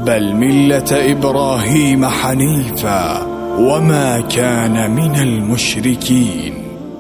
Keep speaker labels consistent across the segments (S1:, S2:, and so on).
S1: بل ملة إبراهيم حنيفا وما كان من المشركين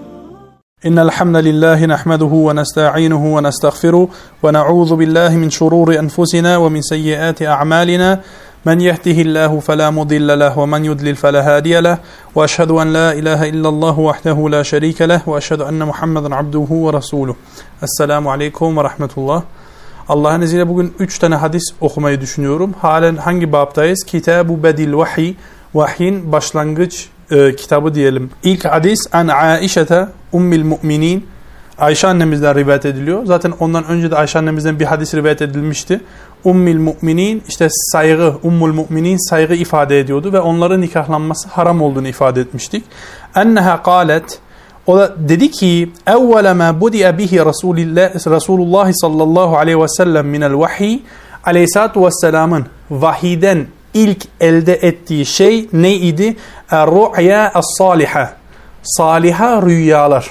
S2: إن الحمد لله نحمده ونستعينه ونستغفره ونعوذ بالله من شرور أنفسنا ومن سيئات أعمالنا من يهده الله فلا مضل له ومن يضلل فلا هادي له وأشهد أن لا إله إلا الله وحده لا شريك له وأشهد أن محمدا عبده ورسوله. Esselamu Aleyküm ve Rahmetullah. Allah'ın izniyle bugün 3 tane hadis okumayı düşünüyorum. Halen hangi babdayız? Kitab-ı Bedil Vahiy. Vahyin başlangıç kitabı diyelim. İlk hadis an Aişete Ummil Mu'minin. Ayşe annemizden rivayet ediliyor. Zaten ondan önce de Ayşe annemizden bir hadis rivayet edilmişti. Ummil Mu'minin işte saygı, Ummul Mu'minin saygı ifade ediyordu ve onların nikahlanması haram olduğunu ifade etmiştik. Enneha kâlet, o da dedi ki evvele ma budi'a bihi Resulullah sallallahu aleyhi ve sellem minel vahiy, aleyhissalatu vesselamın vahiden ilk elde ettiği şey neydi? Er-ru'ya es-saliha, saliha rüyalar.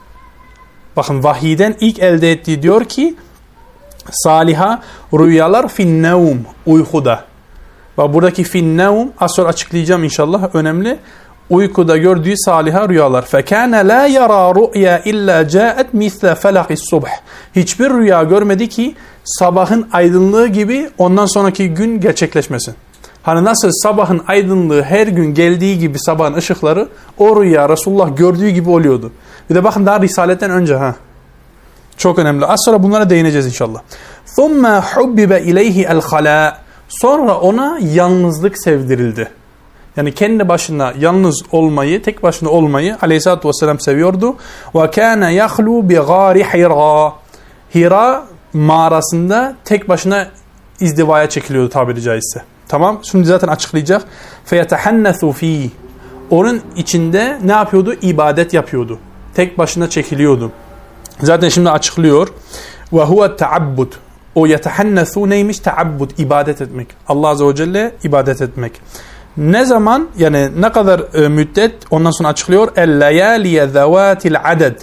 S2: Bakın vahiden ilk elde ettiği diyor ki saliha rüyalar fi'n-nevm, uykuda. Bak buradaki fi'n-nevm az sonra açıklayacağım inşallah, önemli. Uykuda gördüğü saliha rüyalar. فَكَانَ لَا يَرَى رُؤْيَا إِلَّا جَاءَتْ مِثْلَ فَلَقِ الصُّبْحِ. Hiçbir rüya görmedi ki sabahın aydınlığı gibi ondan sonraki gün gerçekleşmesin. Hani nasıl sabahın aydınlığı her gün geldiği gibi sabahın ışıkları, o rüya Resulullah gördüğü gibi oluyordu. Bir de bakın daha Risaletten önce çok önemli. Az sonra bunlara değineceğiz inşallah. ثُمَّ حُبِّبَ إِلَيْهِ الْخَلَاءِ. Sonra ona yalnızlık sevdirildi. Yani kendi başına yalnız olmayı, tek başına olmayı aleyhissalatü vesselam seviyordu. وَكَانَ يَخْلُوا بِغَارِ حِرَا. Hira mağarasında tek başına izdivaya çekiliyordu tabiri caizse. Tamam, şimdi zaten açıklayacak. فَيَتَحَنَّثُ ف۪يهِ. Onun içinde ne yapıyordu? İbadet yapıyordu. Tek başına çekiliyordu. Zaten şimdi açıklıyor. وَهُوَ التَّعَبُّدُ. O يَتَحَنَّثُ neymiş? Teabbud, ibadet etmek. Allah Azze ve Celle ibadet etmek. Ne zaman, yani ne kadar müddet, ondan sonra açıklıyor. El-leyaliye zevatil aded.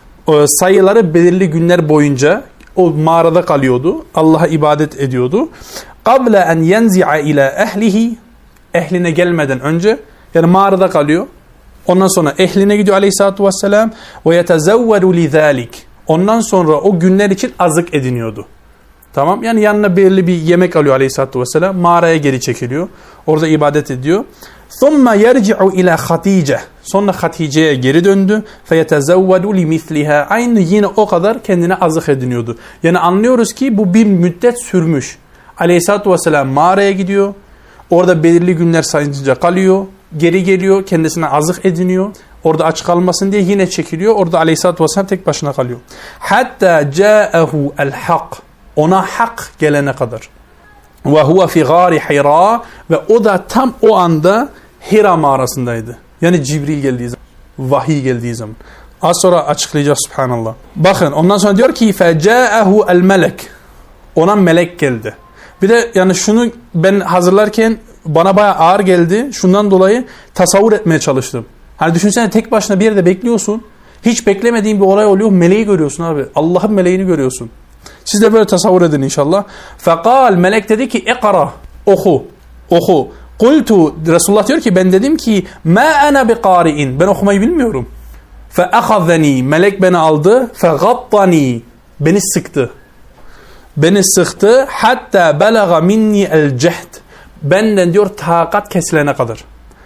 S2: Sayıları belirli günler boyunca o mağarada kalıyordu. Allah'a ibadet ediyordu. Qabla en yenzi'a ila ehlihi. Ehline gelmeden önce, yani mağarada kalıyor. Ondan sonra ehline gidiyor aleyhissalatu vesselam. Ve yetezevvedu lidhalik. Ondan sonra o günler için azık ediniyordu. Tamam, yani yanına belirli bir yemek alıyor aleyhissalatu vesselam. Mağaraya geri çekiliyor. Orada ibadet ediyor. ثُمَّ يَرْجِعُ إِلَى Hatice. Sonra Hatice'ye geri döndü. فَيَتَزَوَّدُ لِمِثْلِهَا. Aynı yine o kadar kendine azık ediniyordu. Yani anlıyoruz ki bu bir müddet sürmüş. Aleyhissalatu vesselam mağaraya gidiyor. Orada belirli günler sayınca kalıyor. Geri geliyor. Kendisine azık ediniyor. Orada aç kalmasın diye yine çekiliyor. Orada aleyhissalatu vesselam tek başına kalıyor. Hatta جَاءَهُ الْحَقِّ. Ona hak gelene kadar. Ve huve fi gâri Hira. Ve o da tam o anda Hira mağarasındaydı. Yani Cibril geldiği zaman, vahiy geldiği zaman. Az sonra açıklayacağız subhanallah. Bakın ondan sonra diyor ki فَجَاءَهُ الْمَلَكِ. Ona melek geldi. Bir de yani şunu ben hazırlarken bana bayağı ağır geldi. Şundan dolayı tasavvur etmeye çalıştım. Hani düşünsene tek başına bir yerde bekliyorsun. Hiç beklemediğin bir olay oluyor. Meleği görüyorsun abi. Allah'ın meleğini görüyorsun. Siz de böyle tasavvur edin inşallah. Fekal, melek dedi ki ikra, oku, oku. Kultu, Resulullah diyor ki ben dedim ki ma ana biqari'in, ben okumayı bilmiyorum. Fe'akhazani, melek beni aldı. Fegattani, beni sıktı. Beni sıktı. Hatta belaga minni el cehd, benden diyor takat kesilene kadar.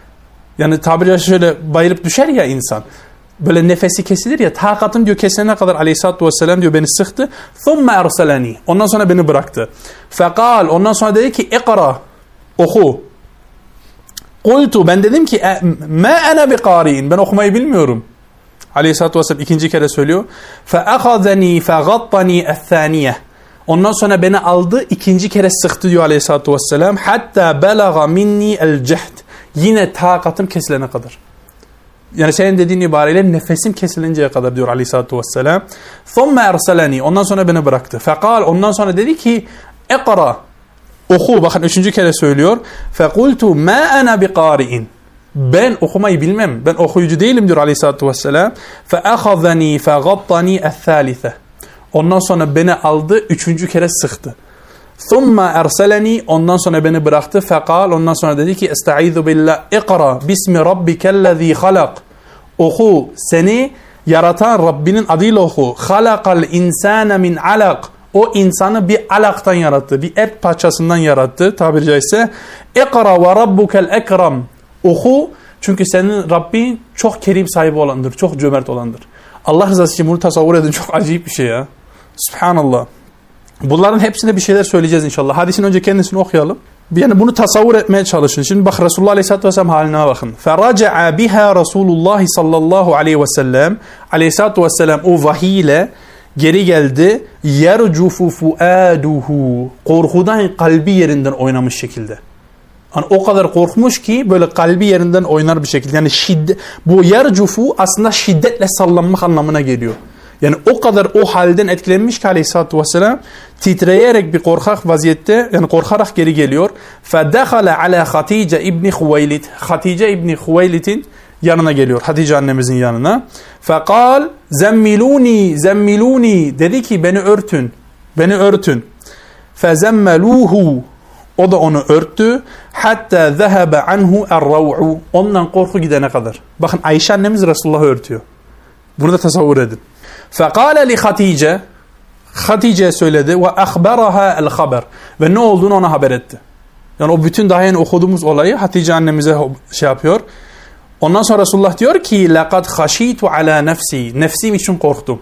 S2: Yani tabiri şöyle bayılıp düşer ya insan. Böyle nefesi kesilir ya, takatım diyor kesilene kadar aleyhissalatu vesselam diyor beni sıktı. ثُمَّ اَرْسَلَنِي. Ondan sonra beni bıraktı. فَقَال, ondan sonra dedi ki اِقْرَ, oku. قُلْتُ, ben dedim ki مَا أَنَا بِقَارِئٍ, ben okumayı bilmiyorum. Aleyhissalatu vesselam ikinci kere söylüyor. فَأَخَذَنِي فَغَطَّنِي الثَّانِيَةِ. Ondan sonra beni aldı, ikinci kere sıktı diyor aleyhissalatu vesselam. حَتَّى بَلَغَ مِنِّي الْجَهْدِ. Yine takatım kesilene kadar. Yani senin dediğin ibareyle nefesim kesilinceye kadar diyor aleyhissalatu vesselam. ثُمَّ اَرْسَلَنِي. Ondan sonra beni bıraktı. فَقَال, ondan sonra dedi ki اِقْرَ, oku. Bakın üçüncü kere söylüyor. فَقُلْتُ مَا أَنَا بِقَارِئٍ. Ben okumayı bilmem. Ben okuyucu değilim diyor aleyhissalatu vesselam. فَأَخَذَنِي فَغَطَّنِي الثَّالِثَةِ. Ondan sonra beni aldı, üçüncü kere sıktı. Thumma erseleni, ondan sonra beni bıraktı. Fekal, ondan sonra dedi ki estaizu billah, ikra bismi rabbikellezî halak. Oku, seni yaratan Rabbinin adıyla oku. Halakal insâne min alak. O insanı bir alaktan yarattı, bir et parçasından yarattı tabiri caizse. İkra ve rabbukel ekrem. Oku, çünkü senin Rabbin çok kerim sahibi olandır, çok cömert olandır. Allah rızası için bunu tasavvur edin, çok acayip bir şey ya. Subhanallah. Bunların hepsine bir şeyler söyleyeceğiz inşallah. Hadisin önce kendisini okuyalım. Yani bunu tasavvur etmeye çalışın. Şimdi bak Resulullah Aleyhisselatü Vesselam haline bakın. فَرَجَعَ بِهَا Resulullah sallallahu aleyhi ve sellem. Aleyhisselatü Vesselam o vahiy ile geri geldi. يَرْجُفُ فُؤَادُهُ. Korkudan kalbi yerinden oynamış şekilde. Yani o kadar korkmuş ki böyle kalbi yerinden oynar bir şekilde. Yani bu yercufu aslında şiddetle sallanmak anlamına geliyor. Yani o kadar o halden etkilenmiş ki Aleyhisselatü Vesselam titreyerek bir korkak vaziyette, yani korkarak geri geliyor. فَدَخَلَ عَلَى Hatice İbni Hüveylid. Hatice İbni Hüveylid'in yanına geliyor. Hatice annemizin yanına. فَقَالْ زَمِّلُونِي زَمِّلُونِي. Dedi ki beni örtün. Beni örtün. فَزَمَّلُوهُ. O da onu örttü. Hatta zehebe anhu er-rav'u. Ondan korku gidene kadar. Bakın Ayşe annemiz Resulullah'ı örtüyor. Bunu da tasavvur edin. Fekale li Hatice. Hatice'ye söyledi ve akhbaraha el-haber. Ve ne olduğunu ona haber etti. Yani o bütün daha yeni okuduğumuz olayı Hatice annemize şey yapıyor. Ondan sonra Resulullah diyor ki laqad khashitu ala nefsi. Nefsim için korktum.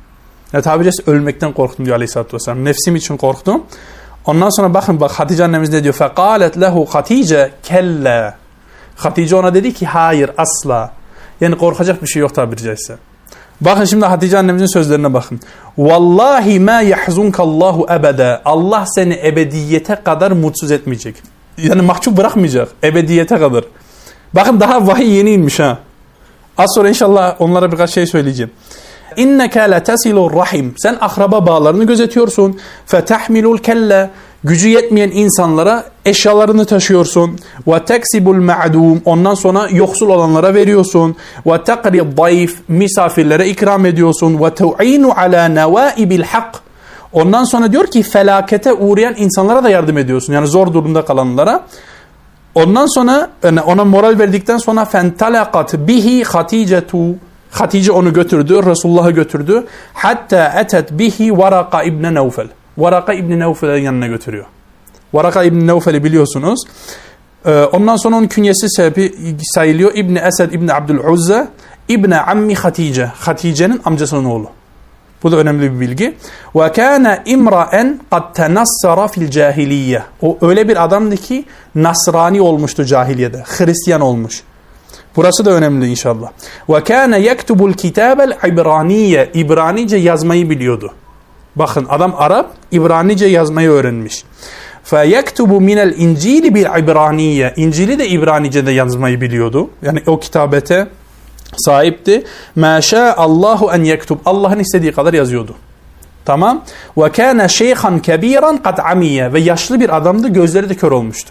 S2: Ya tabiri caizse ölmekten korktum diyor Aleyhisselatü Vesselam. Nefsim için korktum. Ondan sonra bakın bak Hatice annemiz ne diyor? فَقَالَتْ لَهُ Hatice kella. Hatice ona dedi ki hayır asla. Yani korkacak bir şey yok tabiri caizse. Bakın şimdi Hatice annemizin sözlerine bakın. Vallahi ma yahzunkallahu ebede. Allah seni ebediyete kadar mutsuz etmeyecek. Yani mahcup bırakmayacak ebediyete kadar. Bakın daha vahiy yeni inmiş ha. Az sonra inşallah onlara birkaç şey söyleyeceğim. İnneke letesilur rahim. Sen akraba bağlarını gözetiyorsun. Fetahmilul kelle. Gücü yetmeyen insanlara eşyalarını taşıyorsun. Ve teksibul ma'dum. Ondan sonra yoksul olanlara veriyorsun. Ve teqri dayf. Misafirlere ikram ediyorsun. Ve tu'inu ala nevaibil hak. Ondan sonra diyor ki felakete uğrayan insanlara da yardım ediyorsun. Yani zor durumda kalanlara. Ondan sonra yani ona moral verdikten sonra fentalakat bihi Haticetu. Hatice onu götürdü, Resulullah'ı götürdü. Hatta etet bihi Varaka İbni Nevfel. Varaka İbni Nevfel'in yanına götürüyor. Varaka İbni Nevfel'i biliyorsunuz. Ondan sonra onun künyesi sebebi sayılıyor. İbni Esed İbni Abdüluzza İbni Ammi Hatice. Hatice'nin amcasının oğlu. Bu da önemli bir bilgi. Ve kana imra'en kad tenassara fil cahiliye. O öyle bir adamdı ki Nasrani olmuştu cahiliyede. Hristiyan olmuş. Burası da önemli inşallah. Ve kana yektubul kitabel ibraniye. İbranice yazmayı biliyordu. Bakın adam Arap, İbranice yazmayı öğrenmiş. Fe yektubu minel incili bil ibraniye. İncil'i de İbranice'de yazmayı biliyordu. Yani o kitabete sahipti. Ma şa'allahu en yektub. Allah'ın istediği kadar yazıyordu. Tamam. Ve kana şeyhan kebiran kad amiye. Ve yaşlı bir adamdı, gözleri de kör olmuştu.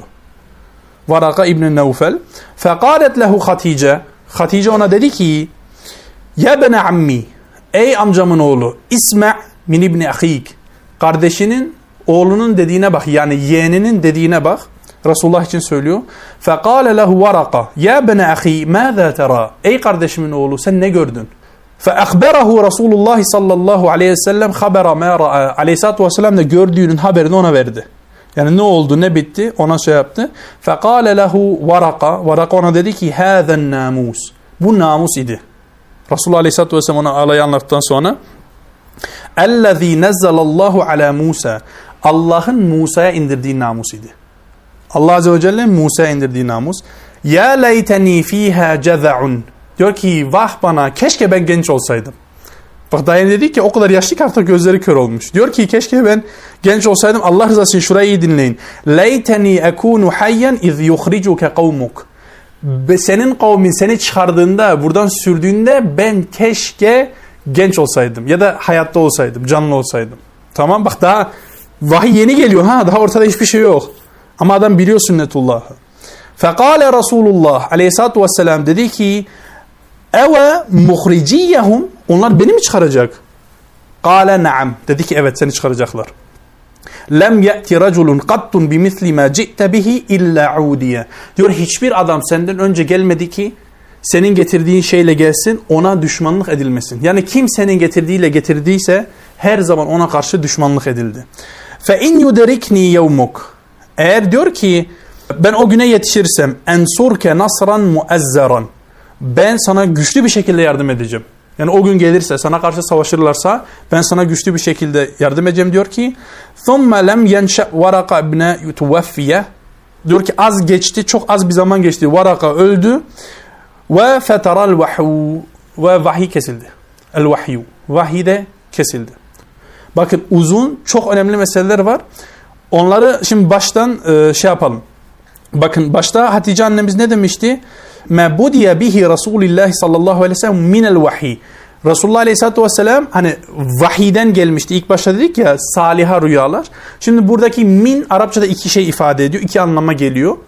S2: Varaka İbn Nevfel. Fekalet lehu Hatice. Hatice ona dedi ki ya bene ammi. Ey amcamın oğlu. İsma' min ibni ahik. Kardeşinin oğlunun dediğine bak. Yani yeğeninin dediğine bak. Resulullah için söylüyor. Fekale lehu Varaka. Ya bene ahi. Mâzâ tera. Ey kardeşimin oğlu sen ne gördün? Feakberahu Resulullah sallallahu aleyhi ve sellem habera mâ ra'a. Aleyhissalatu vesselam da gördüğünün haberini ona verdi. Yani ne oldu, ne bitti ona şey yaptı. فَقَالَ لَهُ Varaka. Varaka ona dedi ki هَذَا النَّامُوس. Bu namus idi. Resulullah Aleyhisselatü Vesselam ona alayı anlattıktan sonra اَلَّذ۪ي نَزَّلَ اللّٰهُ عَلَى Musa. Allah'ın Musa'ya indirdiği namus idi. Allah Azze ve Celle Musa'ya indirdiği namus. يَا لَيْتَنِي ف۪يهَا جَذَعٌ. Diyor ki vah bana keşke ben genç olsaydım. Bak daha dedi ki o kadar yaşlı ki artık gözleri kör olmuş. Diyor ki keşke ben genç olsaydım. Allah rızası için şurayı iyi dinleyin. Leyteni ekunu hayyan iz yukhricuke kavmuk. Senin kavmin seni çıkardığında, buradan sürdüğünde ben keşke genç olsaydım ya da hayatta olsaydım, canlı olsaydım. Tamam bak daha vahiy yeni geliyor ha, daha ortada hiçbir şey yok. Ama adam biliyor sünnetullah'ı. Fekale Resulullah Aleyhissalatu vesselam dedi ki eve muhriciyehum. Onlar beni mi çıkaracak? Kâle naam. Dedi ki evet seni çıkaracaklar. Lem ye'ti raculun qattun bimisli ma ci'te bihi illa udiye. Diyor hiçbir adam senden önce gelmedi ki senin getirdiğin şeyle gelsin, ona düşmanlık edilmesin. Yani kim senin getirdiğiyle getirdiyse her zaman ona karşı düşmanlık edildi. Fe in yuderikni yevmuk. Eğer diyor ki ben o güne yetişirsem ensurke nasran muazzaran. Ben sana güçlü bir şekilde yardım edeceğim. Yani o gün gelirse, sana karşı savaşırlarsa ben sana güçlü bir şekilde yardım edeceğim diyor ki ثُمَّ لَمْ يَنْشَأْ وَرَقَ اِبْنَ يُتُوَفِّيَ. Diyor ki az geçti, çok az bir zaman geçti. Varaka öldü. وَفَتَرَ الْوَحْيُ. Ve vahiy kesildi. El-vahyu. Vahiy de kesildi. Bakın uzun, çok önemli meseleler var. Onları şimdi baştan yapalım. Bakın başta Hatice annemiz ne demişti? مَا بُدِيَ بِهِ رَسُولِ اللّٰهِ sallallahu aleyhi ve sellem مِنَ الْوَحِيِ. Resulullah aleyhissalatü vesselam hani vahiyden gelmişti. İlk başta dedik ya saliha rüyalar. Şimdi buradaki min Arapçada iki şey ifade ediyor. İki anlama geliyor.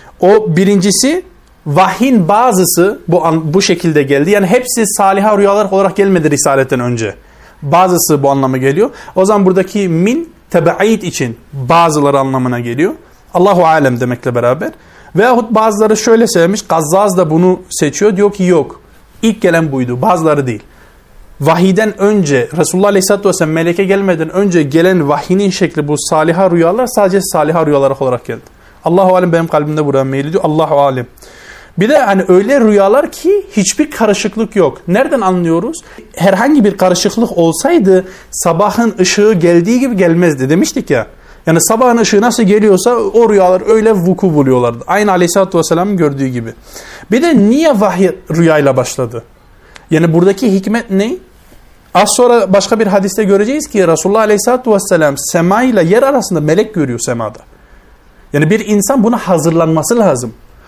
S2: O birincisi vahyin bazısı bu şekilde geldi. Yani hepsi saliha rüyalar olarak gelmedi Risaletten önce. Bazısı bu anlama geliyor. O zaman buradaki min tebe'id için bazıları anlamına geliyor. Allahu alem demekle beraber. Veyahut bazıları şöyle söylemiş. Gazzaz da bunu seçiyor. Diyor ki yok. İlk gelen buydu. Bazıları değil. Vahiyden önce Resulullah Aleyhisselatü Vesselam meleke gelmeden önce gelen vahinin şekli bu saliha rüyalar sadece saliha rüyalar olarak geldi. Allahu alem benim kalbimde buraya meyil ediyor. Allahu alem. Bir de hani öyle rüyalar ki hiçbir karışıklık yok. Nereden anlıyoruz? Herhangi bir karışıklık olsaydı sabahın ışığı geldiği gibi gelmezdi demiştik ya. Yani sabahın ışığı nasıl geliyorsa o rüyalar öyle vuku buluyorlardı. Aynı Aleyhisselatü Vesselam'ın gördüğü gibi. Bir de niye vahiy rüyayla başladı? Yani buradaki hikmet ne? Az sonra başka bir hadiste göreceğiz ki Resulullah Aleyhisselatü Vesselam sema ile yer arasında melek görüyor semada. Yani bir insan buna hazırlanması lazım.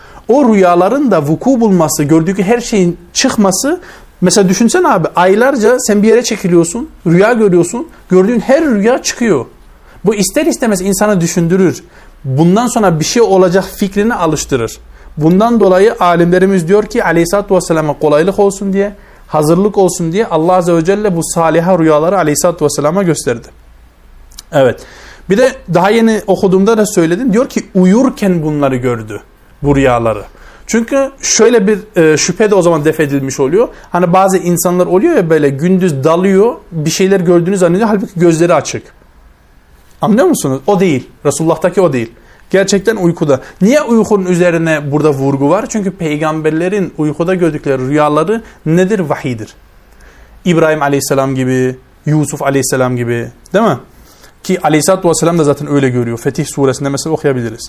S2: O rüyaların da vuku bulması, gördüğü her şeyin çıkması. Mesela düşünsene abi aylarca sen bir yere çekiliyorsun, rüya görüyorsun, gördüğün her rüya çıkıyor. Bu ister istemez insanı düşündürür. Bundan sonra bir şey olacak fikrini alıştırır. Bundan dolayı alimlerimiz diyor ki Aleyhisselatü Vesselam'a kolaylık olsun diye, hazırlık olsun diye Allah Azze ve Celle bu saliha rüyaları Aleyhisselatü Vesselam'a gösterdi. Evet. Bir de daha yeni okuduğumda da söyledim. Diyor ki uyurken bunları gördü. Bu rüyaları. Çünkü şöyle bir şüphe de o zaman def edilmiş oluyor. Hani bazı insanlar oluyor ya böyle gündüz dalıyor, bir şeyler gördüğünü zannediyor. Halbuki gözleri açık. Anlıyor musunuz? O değil. Resulullah'taki o değil. Gerçekten uykuda. Niye uykunun üzerine burada vurgu var? Çünkü peygamberlerin uykuda gördükleri rüyaları nedir? Vahiydir. İbrahim Aleyhisselam gibi, Yusuf Aleyhisselam gibi, değil mi? Ki Aleyhisselatü Vesselam da zaten öyle görüyor. Fetih suresinde mesela okuyabiliriz.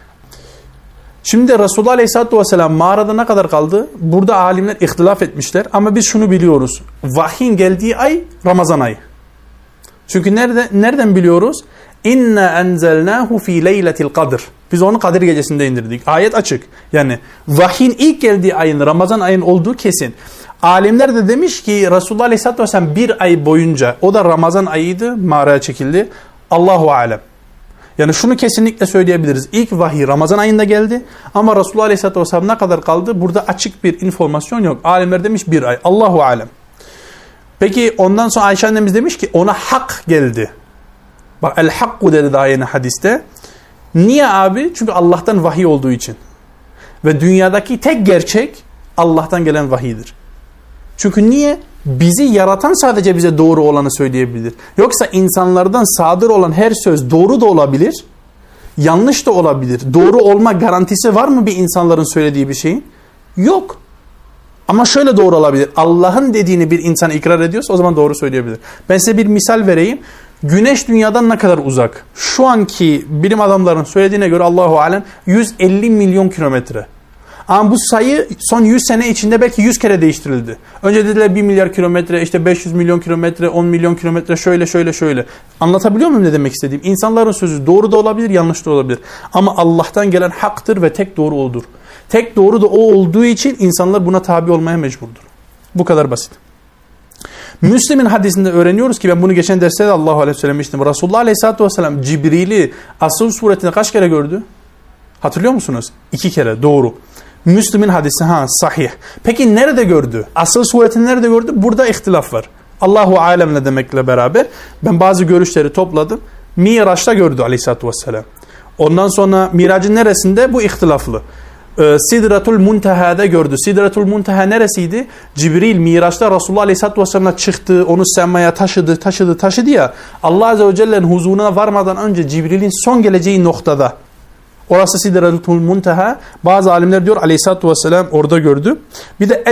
S2: Şimdi Resulullah Aleyhisselatü Vesselam mağarada ne kadar kaldı? Burada alimler ihtilaf etmişler. Ama biz şunu biliyoruz. Vahyin geldiği ay Ramazan ayı. Çünkü nereden biliyoruz? İnna enzelnahu fi leyletil kadr. Biz onu Kadir gecesinde indirdik. Ayet açık. Yani vahyin ilk geldiği ayın Ramazan ayın olduğu kesin. Alimler de demiş ki Resulullah Aleyhisselatü Vesselam bir ay boyunca, o da Ramazan ayıydı, mağaraya çekildi. Allahu alem. Yani şunu kesinlikle söyleyebiliriz. İlk vahiy Ramazan ayında geldi ama Resulullah Aleyhisselatü Vesselam ne kadar kaldı? Burada açık bir informasyon yok. Alimler demiş bir ay. Allahu alem. Peki ondan sonra Ayşe annemiz demiş ki ona hak geldi. Bak el-hakku dedi daha yeni hadiste. Niye abi? Çünkü Allah'tan vahiy olduğu için. Ve dünyadaki tek gerçek Allah'tan gelen vahiydir. Çünkü niye? Bizi yaratan sadece bize doğru olanı söyleyebilir. Yoksa insanlardan sadır olan her söz doğru da olabilir, yanlış da olabilir. Doğru olma garantisi var mı bir insanların söylediği bir şeyin? Yok. Ama şöyle doğru olabilir. Allah'ın dediğini bir insan ikrar ediyorsa o zaman doğru söyleyebilir. Ben size bir misal vereyim. Güneş dünyadan ne kadar uzak? Şu anki bilim adamlarının söylediğine göre Allahu alem 150 milyon kilometre. Ama bu sayı son 100 sene içinde belki 100 kere değiştirildi. Önce dediler 1 milyar kilometre, işte 500 milyon kilometre, 10 milyon kilometre, şöyle. Anlatabiliyor muyum ne demek istediğim? İnsanların sözü doğru da olabilir, yanlış da olabilir. Ama Allah'tan gelen haktır ve tek doğru odur. Tek doğru da o olduğu için insanlar buna tabi olmaya mecburdur. Bu kadar basit. Müslim'in hadisinde öğreniyoruz ki ben bunu geçen derste de Allahu aleyhi ve söylemiştim. Resulullah Aleyhisselatü Vesselam Cibril'i asıl suretinde kaç kere gördü? Hatırlıyor musunuz? 2 kere. Doğru. Müslim'in hadisi sahih. Peki nerede gördü? Asıl suretini nerede gördü? Burada ihtilaf var. Allahu alemle demekle beraber ben bazı görüşleri topladım. Miraç'ta gördü aleyhissalatü vesselam. Ondan sonra Mirac'ın neresinde? Bu ihtilaflı. Sidratul Munteha'da gördü. Sidratul Munteha neresiydi? Cibril Miraç'ta Resulullah Aleyhisselatü Vesselam'la çıktı, onu semaya taşıdı ya. Allah Azze ve Celle'nin huzuruna varmadan önce Cibril'in son geleceği noktada. Orası Sidratul Munteha. Bazı alimler diyor Aleyhisselatü Vesselam orada gördü. Bir de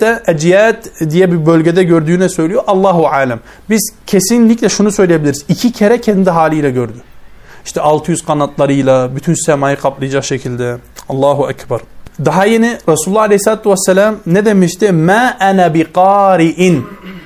S2: Eciyet diye bir bölgede gördüğüne söylüyor. Allahu alem. Biz kesinlikle şunu söyleyebiliriz. 2 kere kendi haliyle gördü. İşte 600 kanatlarıyla bütün semayı kaplayacak şekilde. Allahu Ekber. Daha yeni Resulullah Aleyhisselatü Vesselam ne demişti? مَا أَنَا بِقَارِئٍ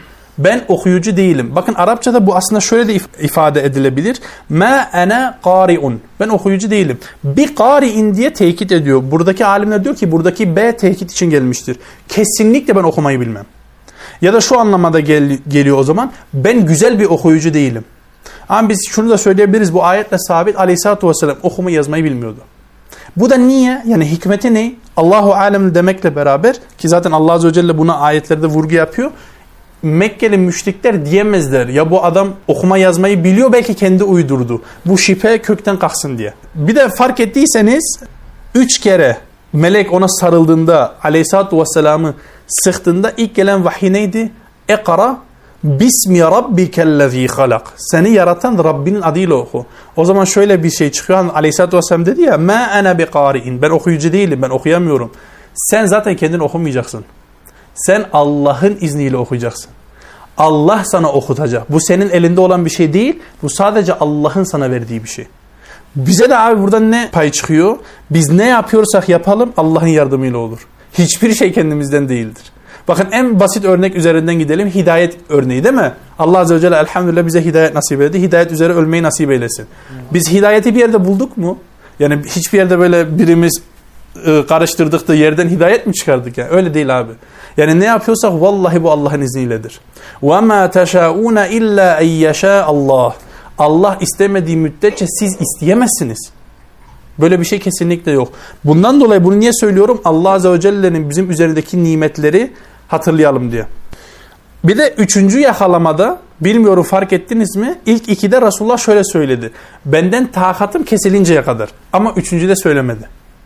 S2: Ben okuyucu değilim. Bakın Arapçada bu aslında şöyle de ifade edilebilir. مَا أَنَا قَارِئٌ Ben okuyucu değilim. بِقَارِئٍ diye tekit ediyor. Buradaki alimler diyor ki buradaki B tekit için gelmiştir. Kesinlikle ben okumayı bilmem. Ya da şu anlamada geliyor o zaman. Ben güzel bir okuyucu değilim. Ama biz şunu da söyleyebiliriz. Bu ayetle sabit Aleyhisselatü Vesselam okuma yazmayı bilmiyordu. Bu da niye? Yani hikmeti ne? Allahu alem demekle beraber ki zaten Allah Azze ve Celle buna ayetlerde vurgu yapıyor. Mekkeli müşrikler diyemezler. Ya bu adam okuma yazmayı biliyor belki kendi uydurdu. Bu şüphe kökten kalksın diye. Bir de fark ettiyseniz 3 kere melek ona sarıldığında Aleyhisselatü Vesselam'ı sıktığında ilk gelen vahiy neydi? Ekra Bismi rabbikellezî halak. Seni yaratan Rabbinin adıyla oku. O zaman şöyle bir şey çıkıyor. Aleyhisselatü Vesselam dedi ya مَا أَنَا بِقَارِئٍ Ben okuyucu değilim, ben okuyamıyorum. Sen zaten kendin okumayacaksın. Sen Allah'ın izniyle okuyacaksın. Allah sana okutacak. Bu senin elinde olan bir şey değil. Bu sadece Allah'ın sana verdiği bir şey. Bize de abi buradan ne pay çıkıyor? Biz ne yapıyorsak yapalım Allah'ın yardımıyla olur. Hiçbir şey kendimizden değildir. Bakın en basit örnek üzerinden gidelim. Hidayet örneği değil mi? Allah Azze ve Celle elhamdülillah bize hidayet nasip etti. Hidayet üzere ölmeyi nasip eylesin. Biz hidayeti bir yerde bulduk mu? Yani hiçbir yerde böyle birimiz karıştırdık da yerden hidayet mi çıkardık? Yani? Öyle değil abi. Yani ne yapıyorsak vallahi bu Allah'ın izniyledir. وَمَا تَشَاءُونَ اِلَّا اَنْ يَشَاءَ اللّٰهِ Allah istemediği müddetçe siz isteyemezsiniz. Böyle bir şey kesinlikle yok. Bundan dolayı bunu niye söylüyorum? Allah Azze ve Celle'nin bizim üzerindeki nimetleri hatırlayalım diye. Bir de 3. yakalamada bilmiyorum fark ettiniz mi? İlk 2'de Resulullah şöyle söyledi. Benden takatım kesilinceye kadar. Ama 3. de söylemedi.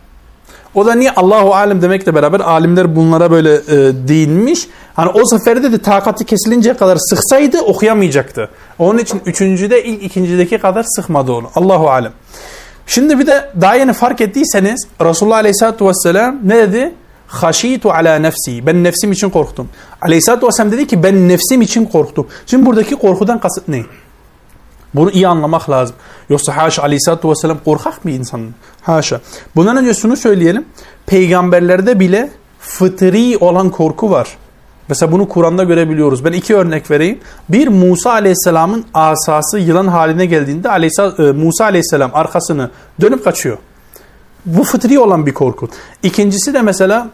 S2: O da niye? Allahu alem demekle beraber alimler bunlara böyle değinmiş. Hani o seferde de takatı kesilinceye kadar sıksaydı okuyamayacaktı. Onun için 3. de ilk 2'deki kadar sıkmadı onu. Allahu alem. Şimdi bir de daha yeni fark ettiyseniz Resulullah Aleyhisselatü Vesselam ne dedi? Haşitu ala nefsi. Ben nefsim için korktum. Aleyhisselatü Vesselam dedi ki ben nefsim için korktum. Şimdi buradaki korkudan kasıt ne? Bunu iyi anlamak lazım. Yoksa haşa Aleyhisselatü Vesselam korkak bir insan. Haşa. Bundan önce şunu söyleyelim. Peygamberlerde bile fıtri olan korku var. Mesela bunu Kur'an'da görebiliyoruz. Ben 2 örnek vereyim. Bir, Musa Aleyhisselam'ın asası yılan haline geldiğinde Musa Aleyhisselam arkasını dönüp kaçıyor. Bu fıtri olan bir korku. İkincisi de mesela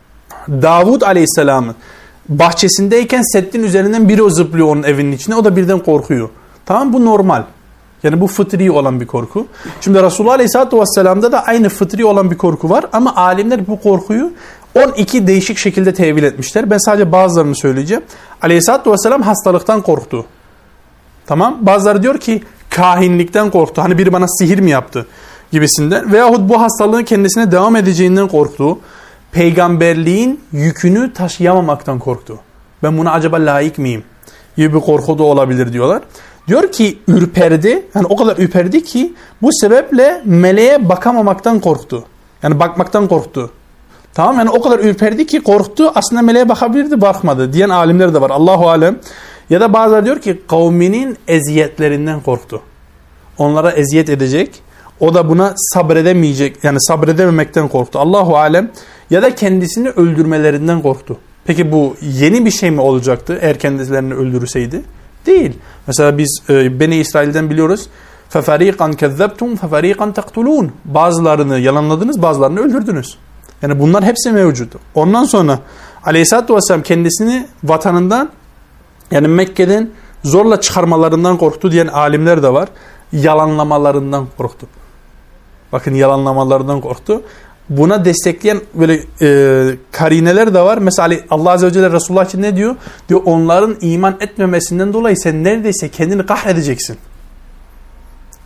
S2: Davud Aleyhisselam'ın bahçesindeyken settin üzerinden biri zıplıyor onun evinin içine. O da birden korkuyor. Tamam, bu normal. Yani bu fıtri olan bir korku. Şimdi Resulullah Aleyhisselatü Vesselam'da da aynı fıtri olan bir korku var. Ama alimler bu korkuyu 12 değişik şekilde tevil etmişler. Ben sadece bazılarını söyleyeceğim. Aleyhisselatü Vesselam hastalıktan korktu. Tamam. Bazıları diyor ki kahinlikten korktu. Hani biri bana sihir mi yaptı gibisinden. Veyahut bu hastalığın kendisine devam edeceğinden korktu. Peygamberliğin yükünü taşıyamamaktan korktu. Ben buna acaba layık mıyım gibi bir korku da olabilir diyorlar. Diyor ki ürperdi. Yani o kadar ürperdi ki bu sebeple meleğe bakamamaktan korktu. Yani bakmaktan korktu. Tamam, yani o kadar ürperdi ki korktu. Aslında meleğe bakabilirdi, bakmadı diyen alimler de var. Allahu alem. Ya da bazıları diyor ki kavminin eziyetlerinden korktu. Onlara eziyet edecek. O da buna sabredemeyecek. Yani sabredememekten korktu. Allahu alem. Ya da kendisini öldürmelerinden korktu. Peki bu yeni bir şey mi olacaktı eğer kendilerini öldürürseydi? Değil. Mesela biz Beni İsrail'den biliyoruz. فَفَر۪يقًا كَذَّبْتُمْ فَفَر۪يقًا تَقْتُلُونَ Bazılarını yalanladınız, bazılarını öldürdünüz. Yani bunlar hepsi mevcut. Ondan sonra Aleyhisselatü Vesselam kendisini vatanından, yani Mekke'den zorla çıkarmalarından korktu diyen alimler de var. Yalanlamalarından korktu. Bakın, yalanlamalarından korktu. Buna destekleyen böyle karineler de var. Mesela Allah Azze ve Celle Resulullah için ne diyor? Diyor onların iman etmemesinden dolayı sen neredeyse kendini kahredeceksin.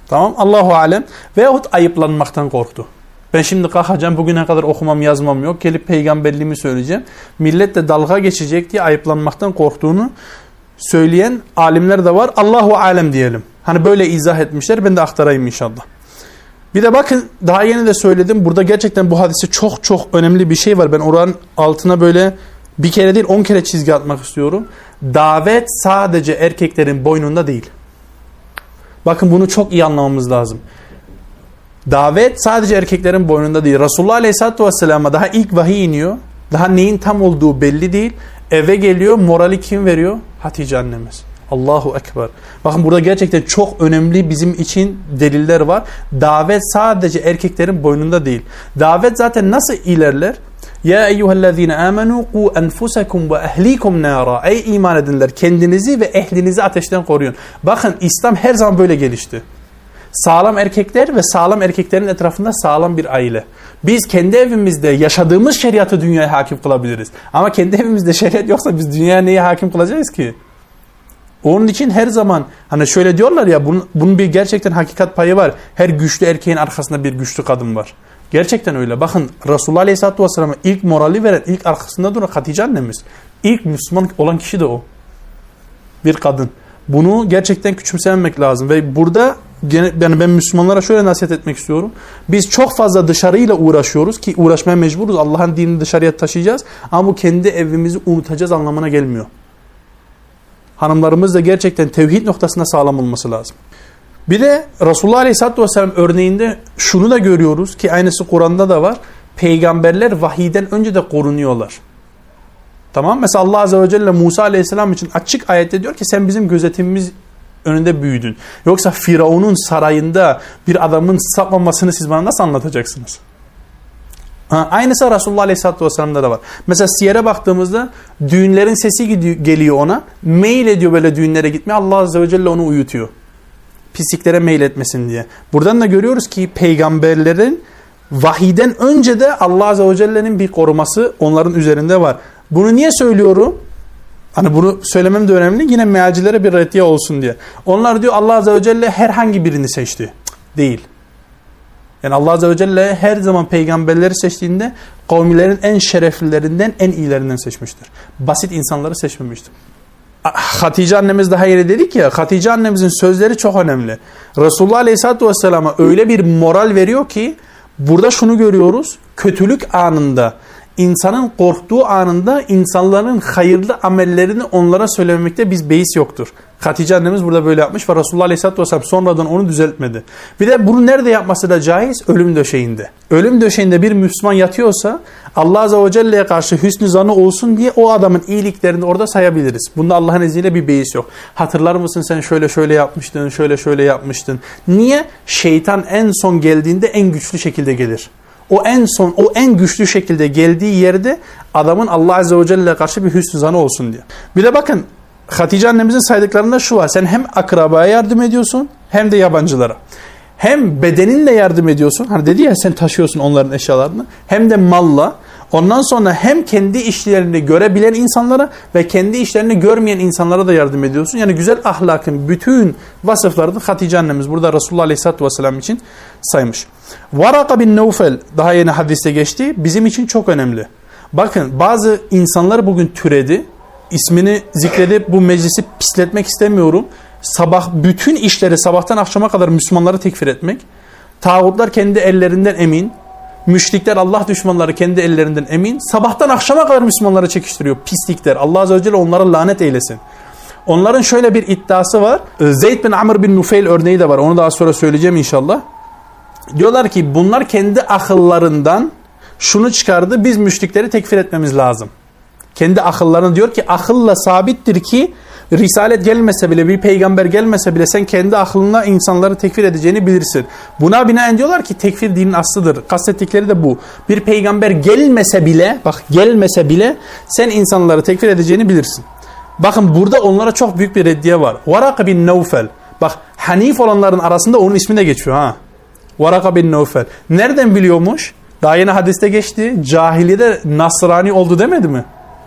S2: Tamam, Allahu alem. Veyahut ayıplanmaktan korktu. Ben şimdi kalkacağım, bugüne kadar okumam yazmam yok, gelip peygamberliğimi söyleyeceğim. Millet de dalga geçecek diye ayıplanmaktan korktuğunu söyleyen alimler de var. Allahu alem diyelim. Hani böyle izah etmişler, ben de aktarayım inşallah. Bir de bakın, daha yeni de söyledim, burada gerçekten bu hadise çok çok önemli bir şey var. Ben oranın altına böyle bir kere değil 10 kere çizgi atmak istiyorum. Davet sadece erkeklerin boynunda değil. Bakın bunu çok iyi anlamamız lazım. Davet sadece erkeklerin boynunda değil. Resulullah Aleyhisselatü Vesselam'a daha ilk vahiy iniyor. Daha neyin tam olduğu belli değil. Eve geliyor, morali kim veriyor? Hatice annemiz. Allahu Ekber. Bakın burada gerçekten çok önemli bizim için deliller var. Davet sadece erkeklerin boynunda değil. Davet zaten nasıl ilerler? Ya eyyühellezine amenu qu enfusakum ve ehlikum nara. Ey iman edinler, kendinizi ve ehlinizi ateşten koruyun. Bakın İslam her zaman böyle gelişti. Sağlam erkekler ve sağlam erkeklerin etrafında sağlam bir aile. Biz kendi evimizde yaşadığımız şeriatı dünyaya hakim kılabiliriz. Ama kendi evimizde şeriat yoksa biz dünyaya neye hakim kılacağız ki? Onun için her zaman hani şöyle diyorlar ya, bunun bir gerçekten hakikat payı var. Her güçlü erkeğin arkasında bir güçlü kadın var. Gerçekten öyle. Bakın Resulullah Aleyhisselatü Vesselam'a ilk morali veren, ilk arkasında duran Hatice annemiz. İlk Müslüman olan kişi de o. Bir kadın. Bunu gerçekten küçümsememek lazım. Ve burada yani ben Müslümanlara şöyle nasihat etmek istiyorum. Biz çok fazla dışarıyla uğraşıyoruz ki uğraşmaya mecburuz. Allah'ın dinini dışarıya taşıyacağız. Ama bu kendi evimizi unutacağız anlamına gelmiyor. Hanımlarımız da gerçekten tevhid noktasında sağlam olması lazım. Bir de Resulullah Aleyhisselatü Vesselam örneğinde şunu da görüyoruz ki aynısı Kur'an'da da var. Peygamberler vahiyden önce de korunuyorlar. Tamam. Mesela Allah Azze ve Celle Musa Aleyhisselam için açık ayette diyor ki sen bizim gözetimimiz önünde büyüdün. Yoksa Firavun'un sarayında bir adamın sapmamasını siz bana nasıl anlatacaksınız? Aynısı Resulullah Aleyhisselatü Vesselam'da da var. Mesela Siyer'e baktığımızda düğünlerin sesi geliyor ona. Meyil ediyor böyle düğünlere gitmeye. Allah Azze ve Celle onu uyutuyor. Pisliklere meyil etmesin diye. Buradan da görüyoruz ki peygamberlerin vahiyden önce de Allah Azze ve Celle'nin bir koruması onların üzerinde var. Bunu niye söylüyorum? Hani bunu söylemem de önemli. Yine mealcilere bir reddiye olsun diye. Onlar diyor Allah Azze ve Celle herhangi birini seçti. Değil. Yani Allah Azze ve Celle her zaman peygamberleri seçtiğinde kavmilerin en şereflilerinden, en iyilerinden seçmiştir. Basit insanları seçmemiştir. Hatice annemiz daha yeni dedik ya, Hatice annemizin sözleri çok önemli. Resulullah Aleyhisselatü Vesselam'a öyle bir moral veriyor ki burada şunu görüyoruz. Kötülük anında, insanın korktuğu anında insanların hayırlı amellerini onlara söylememekte biz beis yoktur. Hatice annemiz burada böyle yapmış ve Resulullah Aleyhisselatü Vesselam sonradan onu düzeltmedi. Bir de bunu nerede yapması da caiz? Ölüm döşeğinde. Ölüm döşeğinde bir Müslüman yatıyorsa Allah Azze ve Celle'ye karşı hüsnü zanı olsun diye o adamın iyiliklerini orada sayabiliriz. Bunda Allah'ın izniyle bir beis yok. Hatırlar mısın sen şöyle şöyle yapmıştın, şöyle şöyle yapmıştın. Niye? Şeytan en son geldiğinde en güçlü şekilde gelir. O en güçlü şekilde geldiği yerde adamın Allah Azze ve Celle'ye karşı bir hüsnü zanı olsun diye. Bir de bakın Hatice annemizin saydıklarında şu var. Sen hem akrabaya yardım ediyorsun hem de yabancılara. Hem bedeninle yardım ediyorsun. Hani dedi ya sen taşıyorsun onların eşyalarını. Hem de malla. Ondan sonra hem kendi işlerini görebilen insanlara ve kendi işlerini görmeyen insanlara da yardım ediyorsun. Yani güzel ahlakın bütün vasıflarını Hatice annemiz burada Resulullah Aleyhisselatü Vesselam için saymış. Varaka bin Nevfel daha yeni hadiste geçti. Bizim için çok önemli. Bakın bazı insanlar bugün türedi. İsmini zikredip bu meclisi pisletmek istemiyorum. Bütün işleri sabahtan akşama kadar Müslümanları tekfir etmek. Tağutlar kendi ellerinden emin. Müşrikler, Allah düşmanları kendi ellerinden emin. Sabahtan akşama kadar Müslümanları çekiştiriyor. Pislikler. Allah Azze ve Celle onlara lanet eylesin. Onların şöyle bir iddiası var. Zeyd bin Amr bin Nufeyl örneği de var. Onu daha sonra söyleyeceğim inşallah. Diyorlar ki bunlar kendi akıllarından şunu çıkardı. Biz müşrikleri tekfir etmemiz lazım. Kendi akıllarına diyor ki akılla sabittir ki Risalet gelmese bile, bir peygamber gelmese bile sen kendi aklınla insanları tekfir edeceğini bilirsin. Buna binaen diyorlar ki tekfir dinin aslıdır. Kastettikleri de bu. Bir peygamber gelmese bile, bak gelmese bile sen insanları tekfir edeceğini bilirsin. Bakın burada onlara çok büyük bir reddiye var. Varaka bin Nevfel. Bak Hanif olanların arasında onun ismi de geçiyor ha. Varaka bin Nevfel. Nereden biliyormuş? Daha yeni hadiste geçti. Cahiliyede Nasrani oldu demedi mi?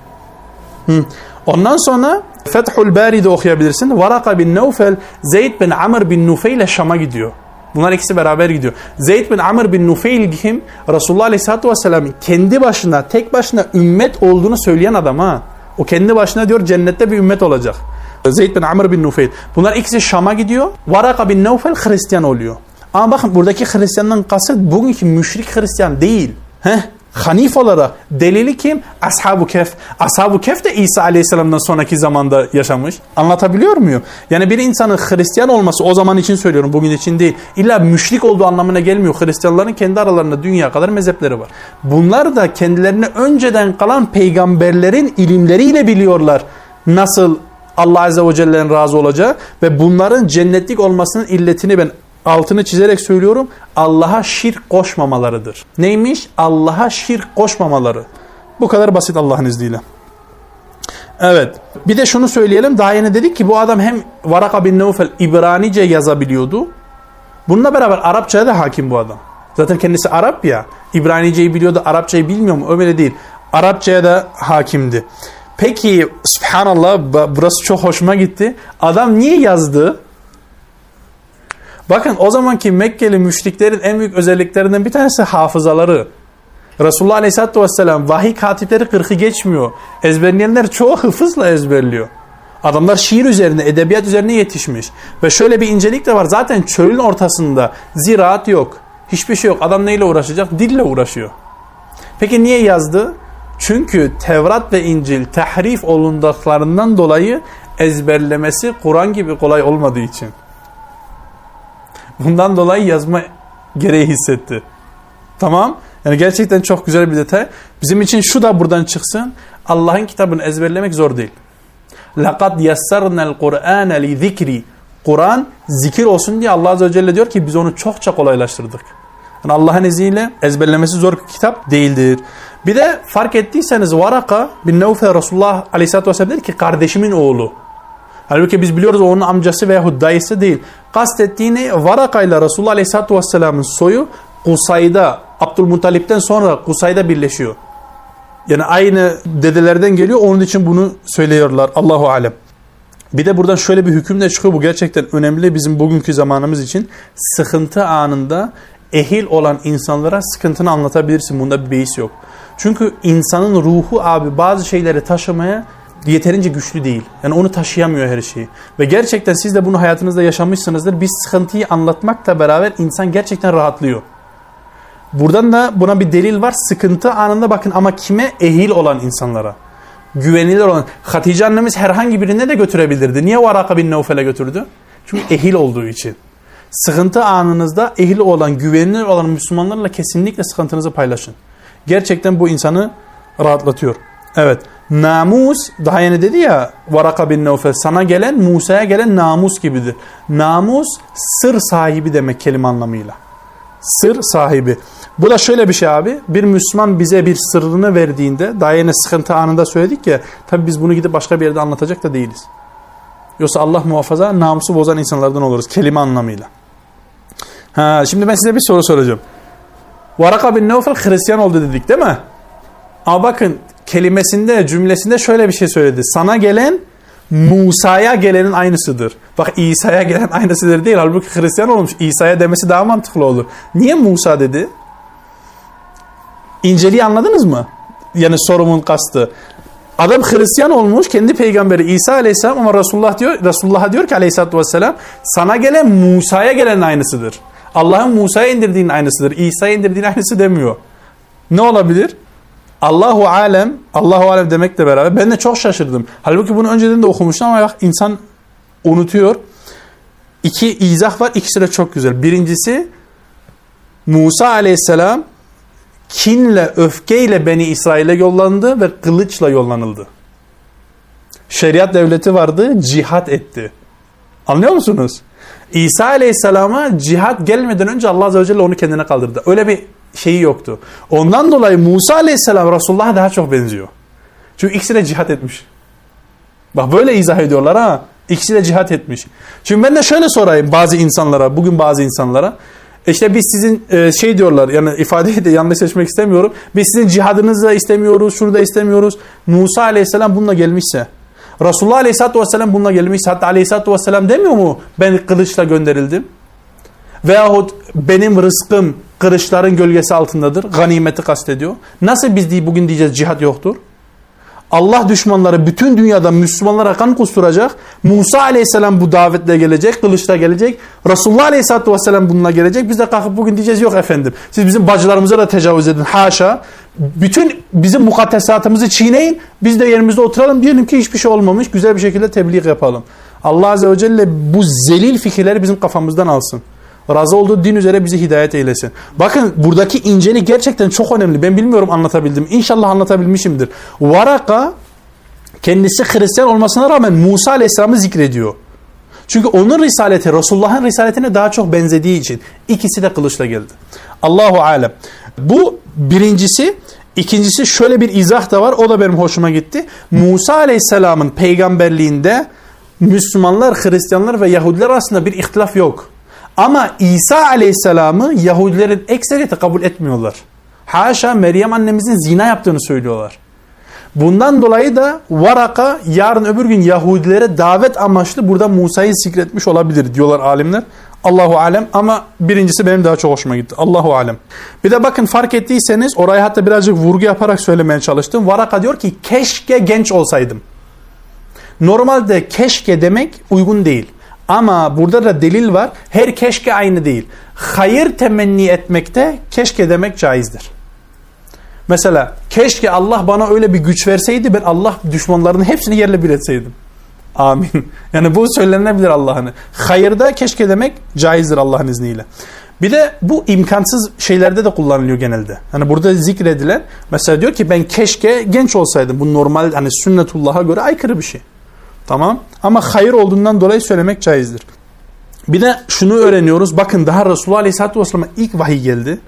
S2: Ondan sonra Fethül Bari'de okuyabilirsin. Varaka bin Nevfel Zeyd bin Amr bin Nufeyle Şam'a gidiyor. Bunlar ikisi beraber gidiyor. Zeyd bin Amr bin Nufeyl kim? Resulullah Aleyhisselatü Vesselam'ın kendi başına, tek başına ümmet olduğunu söyleyen adam ha. O kendi başına diyor cennette bir ümmet olacak. Zeyd bin Amr bin Nufeyl. Bunlar ikisi Şam'a gidiyor. Varaka bin Nevfel Hristiyan oluyor. Ama bakın buradaki Hristiyandan kasıt bugünkü müşrik Hristiyan değil. Hanif olarak delili kim? Ashab-ı Kehf. Ashab-ı Kehf de İsa Aleyhisselam'dan sonraki zamanda yaşamış. Anlatabiliyor muyum? Yani bir insanın Hristiyan olması o zaman için söylüyorum, bugün için değil. İlla müşrik olduğu anlamına gelmiyor. Hristiyanların kendi aralarında dünya kadar mezhepleri var. Bunlar da kendilerine önceden kalan peygamberlerin ilimleriyle biliyorlar nasıl Allah Azze ve Celle'nin razı olacağı ve bunların cennetlik olmasının illetini ben altını çizerek söylüyorum. Allah'a şirk koşmamalarıdır. Neymiş? Allah'a şirk koşmamaları. Bu kadar basit Allah'ın izniyle. Evet. Bir de şunu söyleyelim. Daha yeni dedik ki bu adam hem Varaka bin Nevfel İbranice yazabiliyordu. Bununla beraber Arapçaya da hakim bu adam. Zaten kendisi Arap ya. İbraniceyi biliyordu. Arapçayı bilmiyor mu? Öyle değil. Arapçaya da hakimdi. Peki subhanallah, burası çok hoşuma gitti. Adam niye yazdı? Bakın o zamanki Mekkeli müşriklerin en büyük özelliklerinden bir tanesi hafızaları. Resulullah Aleyhisselatü Vesselam vahiy katipleri 40'ı geçmiyor. Ezberleyenler çoğu hıfızla ezberliyor. Adamlar şiir üzerine, edebiyat üzerine yetişmiş. Ve şöyle bir incelik de var. Zaten çölün ortasında ziraat yok. Hiçbir şey yok. Adam neyle uğraşacak? Dille uğraşıyor. Peki niye yazdı? Çünkü Tevrat ve İncil tahrif olunduklarından dolayı ezberlemesi Kur'an gibi kolay olmadığı için. Bundan dolayı yazma gereği hissetti. Tamam. Yani gerçekten çok güzel bir detay. Bizim için şu da buradan çıksın. Allah'ın kitabını ezberlemek zor değil. لَقَدْ يَسَّرْنَا الْقُرْآنَ لِذِكْرِ Kur'an zikir olsun diye Allah Azze ve Celle diyor ki biz onu çokça kolaylaştırdık. Yani Allah'ın izniyle ezberlemesi zor bir kitap değildir. Bir de fark ettiyseniz Varaka bin Nevfel Resulullah Aleyhisselatü Vesselam dedi ki kardeşimin oğlu. Halbuki biz biliyoruz onun amcası veyahut dayısı değil. Kastettiğini Varaka ile Resulullah Aleyhisselatü Vesselam'ın soyu Kusay'da, Abdülmuttalip'ten sonra Kusay'da birleşiyor. Yani aynı dedelerden geliyor. Onun için bunu söylüyorlar. Allahu alem. Bir de buradan şöyle bir hüküm de çıkıyor. Bu gerçekten önemli bizim bugünkü zamanımız için. Sıkıntı anında ehil olan insanlara sıkıntını anlatabilirsin. Bunda bir beis yok. Çünkü insanın ruhu abi bazı şeyleri taşımaya yeterince güçlü değil. Yani onu taşıyamıyor her şeyi. Ve gerçekten siz de bunu hayatınızda yaşamışsınızdır. Bir sıkıntıyı anlatmakla beraber insan gerçekten rahatlıyor. Buradan da buna bir delil var. Sıkıntı anında bakın ama kime? Ehil olan insanlara. Güvenilir olan. Hatice annemiz herhangi birine de götürebilirdi. Niye Varaka bin Nevfel'e götürdü? Çünkü ehil olduğu için. Sıkıntı anınızda ehil olan, güvenilir olan Müslümanlarla kesinlikle sıkıntınızı paylaşın. Gerçekten bu insanı rahatlatıyor. Evet. Namus, daha yeni dedi ya Varaka bin Nevfel, sana gelen Musa'ya gelen namus gibidir. Namus sır sahibi demek kelime anlamıyla. Sır sahibi. Bu da şöyle bir şey abi. Bir Müslüman bize bir sırrını verdiğinde, daha yeni sıkıntı anında söyledik ya, tabi biz bunu gidip başka bir yerde anlatacak da değiliz. Yoksa Allah muhafaza namusu bozan insanlardan oluruz kelime anlamıyla. Şimdi ben size bir soru soracağım. Varaka bin Nevfel Hristiyan oldu dedik değil mi? Ama bakın kelimesinde, cümlesinde şöyle bir şey söyledi. Sana gelen Musa'ya gelenin aynısıdır. Bak İsa'ya gelen aynısıdır değil. Halbuki Hristiyan olmuş. İsa'ya demesi daha mantıklı olur. Niye Musa dedi? İnceliği anladınız mı? Yani sorumun kastı. Adam Hristiyan olmuş. Kendi peygamberi İsa Aleyhisselam ama Resulullah'a diyor ki Aleyhisselatü Vesselam sana gelen Musa'ya gelenin aynısıdır. Allah'ın Musa'ya indirdiğinin aynısıdır. İsa'ya indirdiğinin aynısı demiyor. Ne olabilir? Allahu alem demekle beraber ben de çok şaşırdım. Halbuki bunu önceden de okumuştum ama bak insan unutuyor. İki izah var. İkisi de çok güzel. Birincisi Musa Aleyhisselam kinle, öfkeyle Beni İsrail'e yollandı ve kılıçla yollanıldı. Şeriat devleti vardı, cihat etti. Anlıyor musunuz? İsa Aleyhisselam'a cihat gelmeden önce Allah Azze ve Celle onu kendine kaldırdı. Öyle bir şeyi yoktu. Ondan dolayı Musa Aleyhisselam Resulullah'a daha çok benziyor. Çünkü ikisi de cihat etmiş. Bak böyle izah ediyorlar ha. İkisi de cihat etmiş. Şimdi ben de şöyle sorayım bazı insanlara, bugün bazı insanlara. İşte biz sizin diyorlar, yani ifadeyi de yanlış seçmek istemiyorum. Biz sizin cihadınızı da istemiyoruz, şunu da istemiyoruz. Musa Aleyhisselam bununla gelmişse, Resulullah Aleyhisselatü Vesselam bununla gelmişse, hatta Aleyhisselatü Vesselam demiyor mu ben kılıçla gönderildim? Veyahut benim rızkım kılıçların gölgesi altındadır. Ganimeti kastediyor. Nasıl biz bugün diyeceğiz cihat yoktur? Allah düşmanları bütün dünyada Müslümanlara kan kusturacak. Musa aleyhisselam bu davetle gelecek, kılıçla gelecek. Resulullah aleyhisselatü vesselam bununla gelecek. Biz de kalkıp bugün diyeceğiz yok efendim. Siz bizim bacılarımıza da tecavüz edin. Haşa. Bütün bizim mukaddesatımızı çiğneyin. Biz de yerimizde oturalım. Diyelim ki hiçbir şey olmamış. Güzel bir şekilde tebliğ yapalım. Allah azze ve celle bu zelil fikirleri bizim kafamızdan alsın. Razı olduğu din üzere bizi hidayet eylesin. Bakın buradaki incelik gerçekten çok önemli. Ben bilmiyorum anlatabildim. İnşallah anlatabilmişimdir. Varaka kendisi Hristiyan olmasına rağmen Musa Aleyhisselam'ı zikrediyor. Çünkü onun risaleti Resulullah'ın risaletine daha çok benzediği için ikisi de kılıçla geldi. Allahu alem. Bu birincisi. İkincisi şöyle bir izah da var. O da benim hoşuma gitti. Musa Aleyhisselam'ın peygamberliğinde Müslümanlar, Hristiyanlar ve Yahudiler arasında bir ihtilaf yok. Ama İsa Aleyhisselam'ı Yahudilerin ekseriyeti kabul etmiyorlar. Haşa Meryem annemizin zina yaptığını söylüyorlar. Bundan dolayı da Varaka yarın öbür gün Yahudilere davet amaçlı burada Musa'yı zikretmiş olabilir diyorlar alimler. Allahu alem ama birincisi benim daha çok hoşuma gitti. Allahu alem. Bir de bakın fark ettiyseniz orayı hatta birazcık vurgu yaparak söylemeye çalıştım. Varaka diyor ki keşke genç olsaydım. Normalde keşke demek uygun değil. Ama burada da delil var. Her keşke aynı değil. Hayır temenni etmekte keşke demek caizdir. Mesela keşke Allah bana öyle bir güç verseydi ben Allah düşmanlarının hepsini yerle bir etseydim. Amin. Yani bu söylenebilir Allah'ın. Hayırda keşke demek caizdir Allah'ın izniyle. Bir de bu imkansız şeylerde de kullanılıyor genelde. Hani burada zikredilen mesela diyor ki ben keşke genç olsaydım. Bu normal hani sünnetullah'a göre aykırı bir şey. Tamam. Ama hayır olduğundan dolayı söylemek caizdir. Bir de şunu öğreniyoruz. Bakın daha Resulullah Aleyhisselatü Vesselam'a ilk vahiy geldi.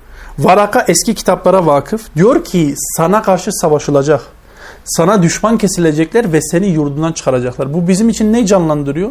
S2: Varaka eski kitaplara vakıf. Diyor ki sana karşı savaşılacak. Sana düşman kesilecekler ve seni yurdundan çıkaracaklar. Bu bizim için ne canlandırıyor?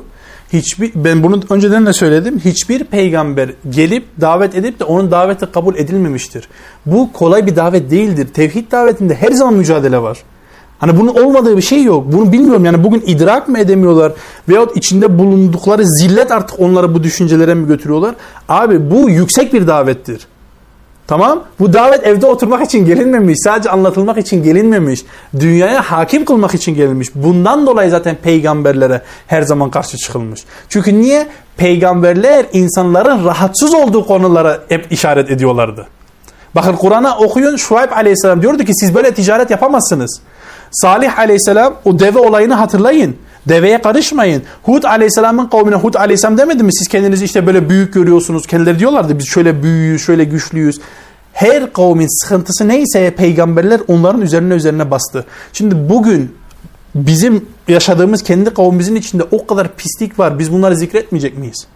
S2: Ben bunu önceden de söyledim. Hiçbir peygamber gelip davet edip de onun daveti kabul edilmemiştir. Bu kolay bir davet değildir. Tevhid davetinde her zaman mücadele var. Hani bunun olmadığı bir şey yok. Bunu bilmiyorum. Yani bugün idrak mı edemiyorlar? Veyahut içinde bulundukları zillet artık onları bu düşüncelere mi götürüyorlar? Abi bu yüksek bir davettir. Tamam. Bu davet evde oturmak için gelinmemiş. Sadece anlatılmak için gelinmemiş. Dünyaya hakim kılmak için gelinmiş. Bundan dolayı zaten peygamberlere her zaman karşı çıkılmış. Çünkü niye? Peygamberler insanların rahatsız olduğu konulara hep işaret ediyorlardı. Bakın Kur'an'a okuyun. Şuayb Aleyhisselam diyordu ki siz böyle ticaret yapamazsınız. Salih Aleyhisselam o deve olayını hatırlayın. Deveye karışmayın. Hud Aleyhisselam'ın kavmine Hud Aleyhisselam demedi mi? Siz kendinizi işte böyle büyük görüyorsunuz. Kendileri diyorlardı biz şöyle büyüğüz, şöyle güçlüyüz. Her kavmin sıkıntısı neyse peygamberler onların üzerine bastı. Şimdi bugün bizim yaşadığımız kendi kavmimizin içinde o kadar pislik var. Biz bunları zikretmeyecek miyiz?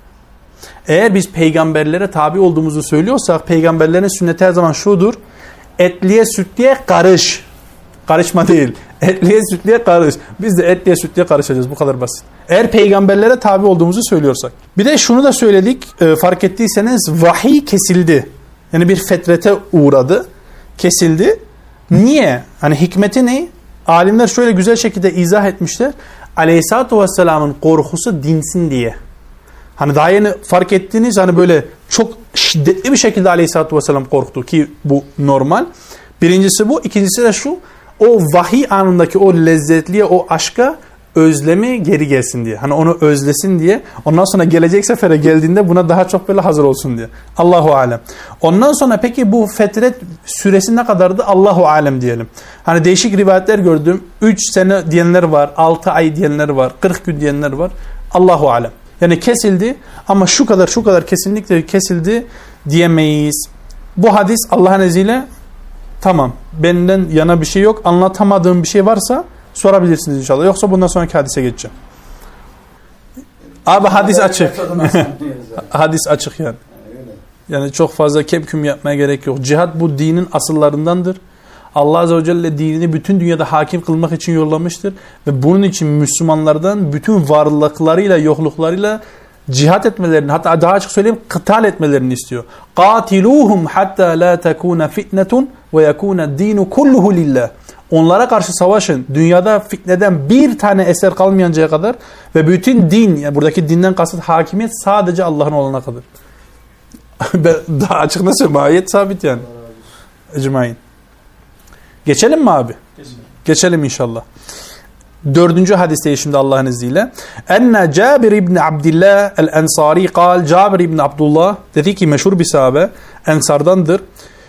S2: Eğer biz peygamberlere tabi olduğumuzu söylüyorsak peygamberlerin sünneti her zaman şudur. Etliye sütliye karış. Karışma değil. Etliye sütliye karış. Biz de etliye sütliye karışacağız. Bu kadar basit. Eğer peygamberlere tabi olduğumuzu söylüyorsak. Bir de şunu da söyledik. Fark ettiyseniz vahiy kesildi. Yani bir fetrete uğradı. Kesildi. Niye? Hani hikmeti ne? Alimler şöyle güzel şekilde izah etmişler. Aleyhisselatü Vesselam'ın korkusu dinsin diye. Hani daha yeni fark ettiğiniz hani böyle çok şiddetli bir şekilde Aleyhisselatü Vesselam korktu ki bu normal. Birincisi bu. İkincisi de şu. O vahiy anındaki o lezzetliye, o aşka özlemi geri gelsin diye. Hani onu özlesin diye. Ondan sonra gelecek sefere geldiğinde buna daha çok böyle hazır olsun diye. Allahu alem. Ondan sonra peki bu fetret süresi ne kadardı? Allahu alem diyelim. Hani değişik rivayetler gördüm. 3 sene diyenler var. 6 ay diyenler var. 40 gün diyenler var. Allahu alem. Yani kesildi ama şu kadar kesinlikle kesildi diyemeyiz. Bu hadis Allah'ın izniyle tamam. Benden yana bir şey yok. Anlatamadığım bir şey varsa sorabilirsiniz inşallah. Yoksa bundan sonraki hadise geçeceğim. Abi hadis açık. Hadis açık yani. Yani çok fazla kemküm yapmaya gerek yok. Cihat bu dinin asıllarındandır. Allah Azze ve Celle dinini bütün dünyada hakim kılmak için yollamıştır. Ve bunun için Müslümanlardan bütün varlıklarıyla, yokluklarıyla cihat etmelerini, hatta daha açık söyleyeyim, kıtal etmelerini istiyor. قَاتِلُوهُمْ حَتَّى لَا تَكُونَ فِتْنَةٌ وَيَكُونَ الدِّينُ كُلُّهُ لِلّٰهِ Onlara karşı savaşın. Dünyada fitneden bir tane eser kalmayıncaya kadar ve bütün din, yani buradaki dinden kasıt hakimiyet sadece Allah'ın olana kadar. Daha açık nasıl söyleyeyim? Ayet sabit yani. Ecmaîn. Geçelim mi abi? Geçelim inşallah. 4. hadisteyiz şimdi Allah'ın izniyle. Enne Cabir ibn Abdullah el-Ensari kal. Cabir ibn Abdullah dedi ki meşhur bir sahabe. Ensardandır.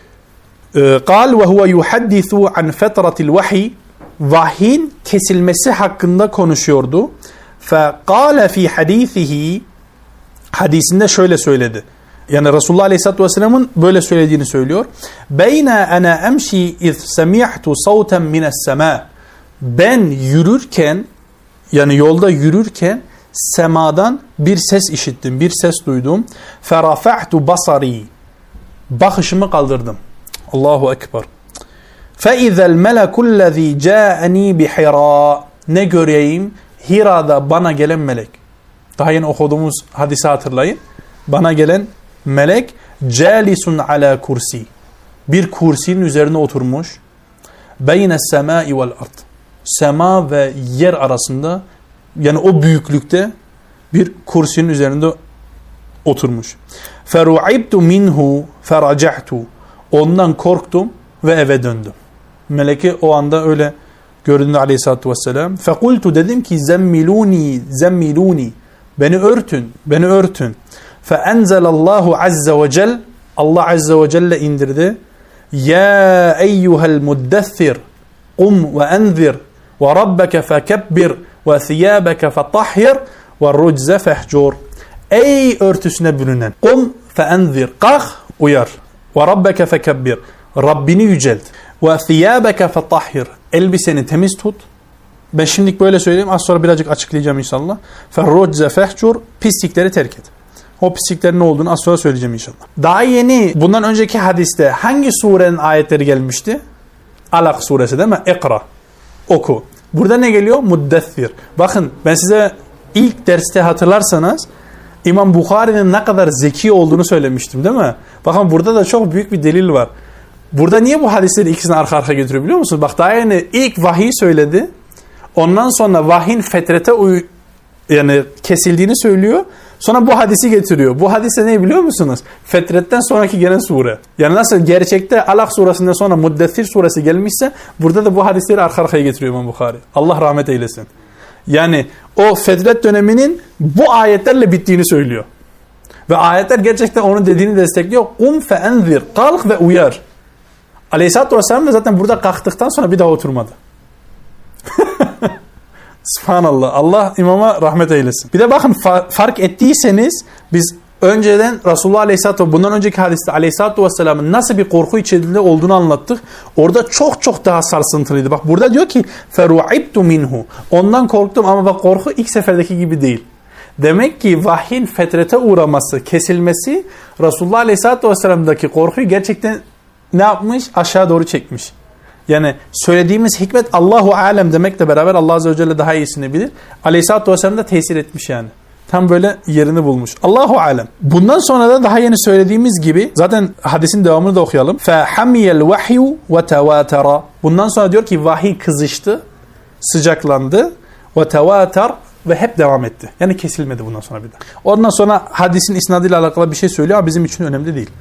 S2: Kal ve huve yuhaddithu an fetratil vahiy. Vahyin kesilmesi hakkında konuşuyordu. Fe kâle fi hadîthihi. Hadisinde şöyle söyledi. Yani Resulullah Aleyhisselatü Vesselam'ın böyle söylediğini söylüyor. Beyne ana emşi iz semi'tu savten mines semâ. Ben yürürken, yani yolda yürürken semadan bir ses işittim, bir ses duydum. Ferafa'tu basari. Bakışımı kaldırdım. Allahu Ekber. Feizel melekullezî câeni bihira. Ne göreyim? Hira'da bana gelen melek. Daha yeni okuduğumuz hadisi hatırlayın. Bana gelen melek calisun ala kursi. Bir kursinin üzerine oturmuş. Beynes semai vel ard. Sema ve yer arasında, yani o büyüklükte bir kursinin üzerinde oturmuş. Feru'ibtu minhu feracahtu. Ondan korktum ve eve döndüm. Meleki o anda öyle göründü Aleyhisselatü Vesselam. Fekultu, dedim ki zemmiluni, zemmiluni. Beni örtün, beni örtün. Feenzelallahu azze ve cel. Allah azze ve celle indirdi. Ya eyyuhel muddessir. Kum ve enzir. Ve rabbeke fekebbir. Ve thiyâbeke fetahhir. Ve rucze fehcur. Ey örtüsüne bürünen. Kum feenzir. Kalk, uyar. Ve rabbeke fekebbir. Rabbini yücelt. Ve thiyâbeke fetahhir. Elbiseni temiz tut. Ben şimdilik böyle söyleyeyim. Az sonra birazcık açıklayacağım inşallah. Ferrucze fehcur. Pislikleri terk et. O pisliklerin ne olduğunu az sonra söyleyeceğim inşallah. Daha yeni bundan önceki hadiste hangi surenin ayetleri gelmişti? Alak suresi değil mi? İkra. Oku. Burada ne geliyor? Muddessir. Bakın ben size ilk derste hatırlarsanız İmam Bukhari'nin ne kadar zeki olduğunu söylemiştim değil mi? Bakın burada da çok büyük bir delil var. Burada niye bu hadisleri ikisini arka arkaya getiriyor biliyor musunuz? Bak daha yeni ilk vahiy söyledi. Ondan sonra vahyin fetrete yani kesildiğini söylüyor. Sonra bu hadisi getiriyor. Bu hadise ne biliyor musunuz? Fetretten sonraki gelen sure. Yani nasıl gerçekte Alak suresinden sonra Muddessir suresi gelmişse burada da bu hadisleri arka arkaya getiriyor İmam Bukhari. Allah rahmet eylesin. Yani o fetret döneminin bu ayetlerle bittiğini söylüyor. Ve ayetler gerçekten onun dediğini destekliyor. Kum fe enzir. Kalk ve uyar. Aleyhisselatü Vesselam da zaten burada kalktıktan sonra bir daha oturmadı. Subhanallah. Allah imama rahmet eylesin. Bir de bakın fark ettiyseniz biz önceden Resulullah Aleyhisselatü Vesselam bundan önceki hadiste Aleyhisselatü Vesselam'ın nasıl bir korku içerisinde olduğunu anlattık. Orada çok çok daha sarsıntılıydı. Bak burada diyor ki feru'ibtu minhu. Ondan korktum ama bak korku ilk seferdeki gibi değil. Demek ki vahyin fetrete uğraması, kesilmesi Resulullah Aleyhisselatü Vesselam'daki korkuyu gerçekten ne yapmış? Aşağı doğru çekmiş. Yani söylediğimiz hikmet Allahu alem demekle beraber Allah Azze ve Celle daha iyisini bilir. Aleyhisselatü Vesselam da tesir etmiş yani. Tam böyle yerini bulmuş. Allahu alem. Bundan sonra da daha yeni söylediğimiz gibi zaten hadisin devamını da okuyalım. فَحَمِيَ الْوَحْيُ وَتَوَاتَرَ. Bundan sonra diyor ki vahiy kızıştı, sıcaklandı. وَتَوَاتَرْ ve hep devam etti. Yani kesilmedi bundan sonra bir daha. Ondan sonra hadisin isnadıyla alakalı bir şey söylüyor ama bizim için önemli değil.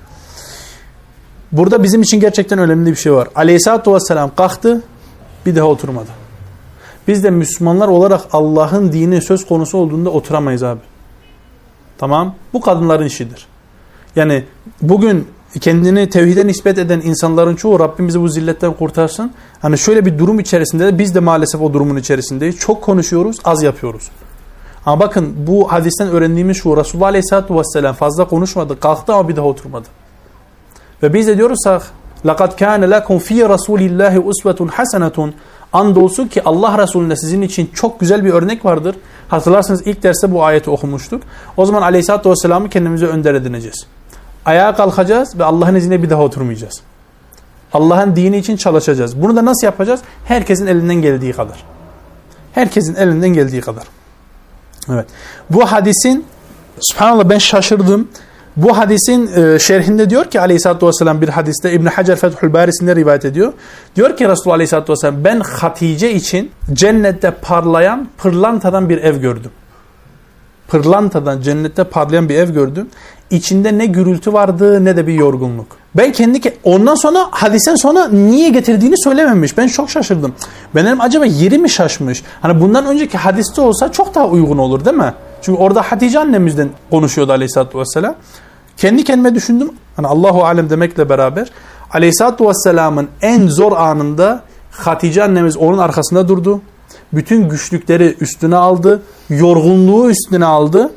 S2: Burada bizim için gerçekten önemli bir şey var. Aleyhisselatü Vesselam kalktı, bir daha oturmadı. Biz de Müslümanlar olarak Allah'ın dini söz konusu olduğunda oturamayız abi. Tamam? Bu kadınların işidir. Yani bugün kendini tevhide nispet eden insanların çoğu Rabbim bizi bu zilletten kurtarsın. Hani şöyle bir durum içerisinde de biz de maalesef o durumun içerisindeyiz. Çok konuşuyoruz, az yapıyoruz. Ama bakın bu hadisten öğrendiğimiz şu, Resulullah Aleyhisselatü Vesselam fazla konuşmadı, kalktı ama bir daha oturmadı. Ve biz de diyoruz ki لَقَدْ كَانَ لَكُمْ فِي رَسُولِ اللّٰهِ اُسْوَةٌ حَسَنَةٌ. Andolsun ki Allah Resulü'nde sizin için çok güzel bir örnek vardır. Hatırlarsanız ilk derste bu ayeti okumuştuk. O zaman Aleyhisselatü Vesselam'ı kendimize önder edineceğiz. Ayağa kalkacağız ve Allah'ın izniyle bir daha oturmayacağız. Allah'ın dini için çalışacağız. Bunu da nasıl yapacağız? Herkesin elinden geldiği kadar. Herkesin elinden geldiği kadar. Evet. Bu hadisin, subhanallah ben şaşırdım. Bu hadisin şerhinde diyor ki Aleyhisselatü Vesselam bir hadiste İbn Hacer Fethül Barisi'nde rivayet ediyor. Diyor ki Resulullah Aleyhisselatü Vesselam ben Hatice için cennette parlayan pırlantadan bir ev gördüm. pırlantadan cennette parlayan bir ev gördüm. İçinde ne gürültü vardı ne de bir yorgunluk. Ben ondan sonra hadisten sonra niye getirdiğini söylememiş. Ben çok şaşırdım. Ben dedim acaba yeri mi şaşmış? Hani bundan önceki hadiste olsa çok daha uygun olur değil mi? Çünkü orada Hatice annemizden konuşuyordu aleyhissalatü vesselam. Kendi kendime düşündüm. Hani Allahu alem demekle beraber aleyhissalatü vesselamın en zor anında Hatice annemiz onun arkasında durdu. Bütün güçlükleri üstüne aldı. Yorgunluğu üstüne aldı.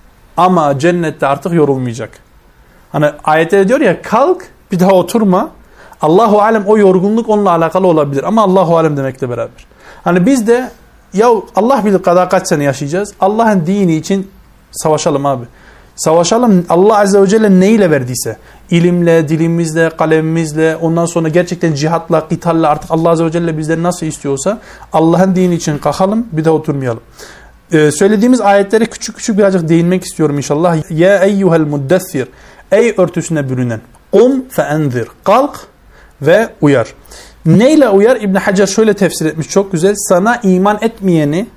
S2: Ama cennette artık yorulmayacak. Hani ayette diyor ya kalk bir daha oturma. Allahu alem o yorgunluk onunla alakalı olabilir. Ama Allahu alem demekle beraber. Hani biz de ya Allah bilir kadar kaç sene yaşayacağız. Allah'ın dini için savaşalım abi. Savaşalım Allah Azze ve Celle neyle verdiyse. İlimle, dilimizle, kalemimizle, ondan sonra gerçekten cihatla, kitalle artık Allah Azze ve Celle bizden nasıl istiyorsa Allah'ın dini için kalkalım bir de oturmayalım. Söylediğimiz ayetlere küçük küçük birazcık değinmek istiyorum inşallah. Ya eyyuhel muddessir. Ey örtüsüne bürünen. Kum fe enzir. Kalk ve uyar. Neyle uyar? İbn Hacer şöyle tefsir etmiş çok güzel. Sana iman etmeyeni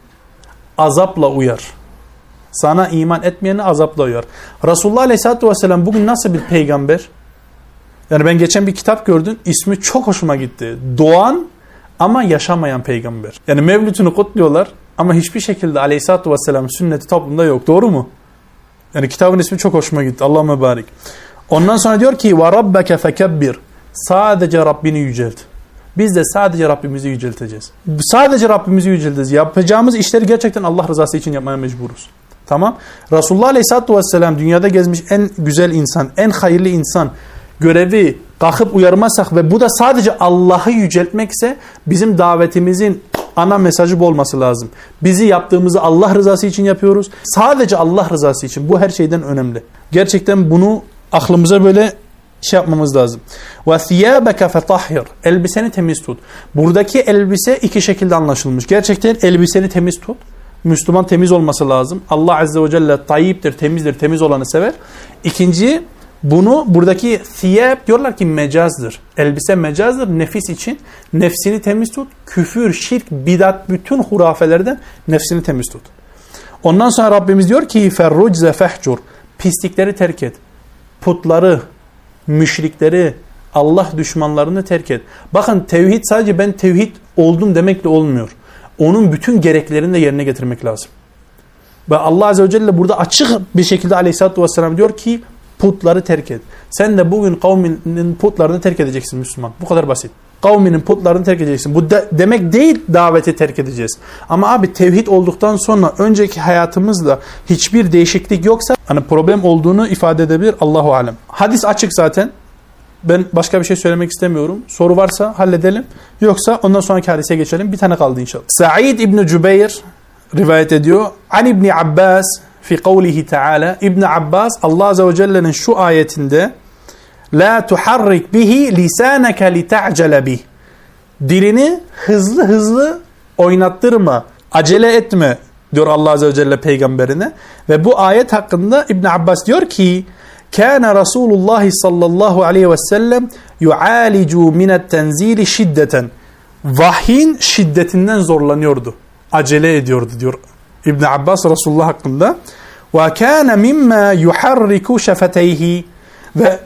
S2: azapla uyar. Sana iman etmeyeni azapla uyar. Resulullah Aleyhisselatü Vesselam bugün nasıl bir peygamber? Yani ben geçen bir kitap gördüm. İsmi çok hoşuma gitti. Doğan ama yaşamayan peygamber. Yani mevlütünü kutluyorlar ama hiçbir şekilde Aleyhisselatü Vesselam sünneti toplumda yok. Doğru mu? Yani kitabın ismi çok hoşuma gitti. Allah mübarek. Ondan sonra diyor ki وَرَبَّكَ فَكَبِّرْ. Sadece Rabbini yücelt. Biz de sadece Rabbimizi yücelteceğiz. Sadece Rabbimizi yücelteceğiz. Yapacağımız işleri gerçekten Allah rızası için yapmaya mecburuz. Tamam. Resulullah Aleyhisselatü Vesselam dünyada gezmiş en güzel insan, en hayırlı insan. Görevi kalkıp uyarmazsak ve bu da sadece Allah'ı yüceltmekse bizim davetimizin ana mesajı bu olması lazım. Bizi yaptığımızı Allah rızası için yapıyoruz. Sadece Allah rızası için. Bu her şeyden önemli. Gerçekten bunu aklımıza böyle yapmamız lazım. وَثِيَابَكَ فَطَحِّرْ. Elbiseni temiz tut. Buradaki elbise iki şekilde anlaşılmış. Gerçekten elbiseni temiz tut. Müslüman temiz olması lazım. Allah Azze ve Celle tayyiptir, temizdir, temiz olanı sever. İkinci, buradaki thiyab diyorlar ki mecazdır. Elbise mecazdır nefis için. Nefsini temiz tut. Küfür, şirk, bidat, bütün hurafelerden nefsini temiz tut. Ondan sonra Rabbimiz diyor ki فَالرُّجْزَ فَحْجُرْ. Pislikleri terk et. Putları, müşrikleri, Allah düşmanlarını terk et. Bakın tevhid sadece ben tevhid oldum demekle olmuyor. Onun bütün gereklerini de yerine getirmek lazım. Ve Allah Azze ve Celle burada açık bir şekilde Aleyhisselatü Vesselam diyor ki putları terk et. Sen de bugün kavminin putlarını terk edeceksin Müslüman. Bu kadar basit. Kavminin putlarını terk edeceksin. Bu demek değil daveti terk edeceğiz. Ama abi tevhid olduktan sonra önceki hayatımızda hiçbir değişiklik yoksa hani problem olduğunu ifade edebilir. Allahu alem. Hadis açık zaten. Ben başka bir şey söylemek istemiyorum. Soru varsa halledelim. Yoksa ondan sonraki hadise geçelim. Bir tane kaldı inşallah. Sa'id İbn Cübeyr rivayet ediyor. An İbn Abbas fi kavlihi Teala. İbn Abbas Allah Azze ve Celle'nin şu ayetinde La tuharrik bihi lisaneke li ta'cele bih. Dilini hızlı hızlı oynattırma, acele etme diyor Allah Azze ve Celle peygamberine. Ve bu ayet hakkında İbn Abbas diyor ki Kâne Resulullah sallallahu aleyhi ve sellem yu'alicu minet tenzili şiddeten. Vahyin şiddetinden zorlanıyordu. Acele ediyordu diyor İbn Abbas Resulullah hakkında. Ve kâne mimma yuharriku şefeteyhi. Ve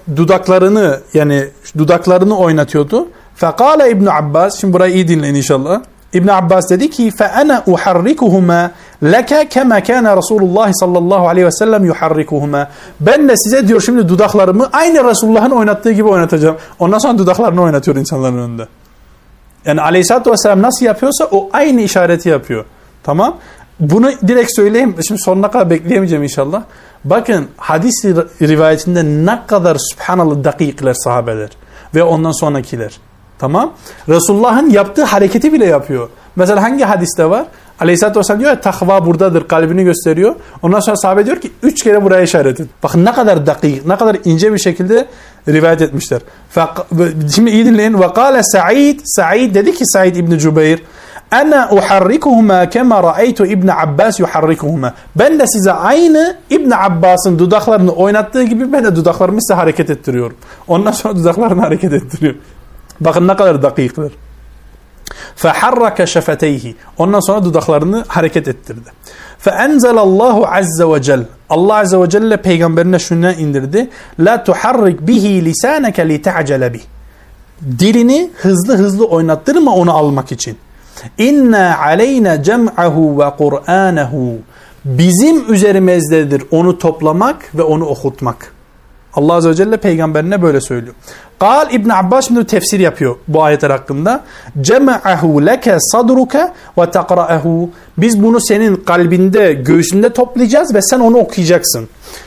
S2: dudaklarını oynatıyordu. Fekâle İbn Abbas, şimdi burayı iyi dinleyin inşallah. İbn Abbas dedi ki فَأَنَا اُحَرِّكُهُمَا لَكَ كَمَا كَانَ Resulullah sallallahu aleyhi ve sellem yuharrikuhuma. Ben de size diyor şimdi dudaklarımı aynı Resulullah'ın oynattığı gibi oynatacağım. Ondan sonra dudaklarını oynatıyor insanların önünde. Yani Aleyhisselatü Vesselam nasıl yapıyorsa o aynı işareti yapıyor. Tamam. Bunu direkt söyleyeyim. Şimdi sonuna kadar bekleyemeyeceğim inşallah. Bakın hadis rivayetinde ne kadar subhanallah dakikler sahabeler ve ondan sonrakiler. Tamam. Resulullah'ın yaptığı hareketi bile yapıyor. Mesela hangi hadiste var? Aleyhisselatü Vesselam diyor ya takva buradadır, kalbini gösteriyor. Ondan sonra sahabe diyor ki 3 kere buraya işaret et. Bakın ne kadar dakik, ne kadar ince bir şekilde rivayet etmişler. Şimdi iyi dinleyin. Ve kâle Sa'id dedi ki Sa'id İbn Cübeyr Ana uharrikuhuma kema ra'aytu İbn Abbas yuharrikuhuma. Ben de size aynı İbn Abbas'ın dudaklarını oynattığı gibi ben de dudaklarımı size hareket ettiriyorum. Ondan sonra dudaklarını hareket ettiriyor. Bakın ne kadar dakikler. فَحَرَّكَ شَفَتَيْهِ Ondan sonra dudaklarını hareket ettirdi. فَاَنْزَلَ اللّٰهُ عَزَّ وَجَلَّ Allah Azze ve Celle peygamberine şunu indirdi. لَا تُحَرِّكْ بِهِ لِسَانَكَ لِتَعْجَلَ بِهِ Dilini hızlı hızlı oynattırma onu almak için. İnna aleyna cem'ahu ve Kur'anahu Bizim üzerimizdedir onu toplamak ve onu okutmak. Allah Azze ve Celle peygamberine böyle söylüyor. Kal İbn Abbas şimdi tefsir yapıyor bu ayetler hakkında. Cem'ahu leke sadruka ve taqra'ahu Biz bunu senin kalbinde, göğsünde toplayacağız ve sen onu okuyacaksın.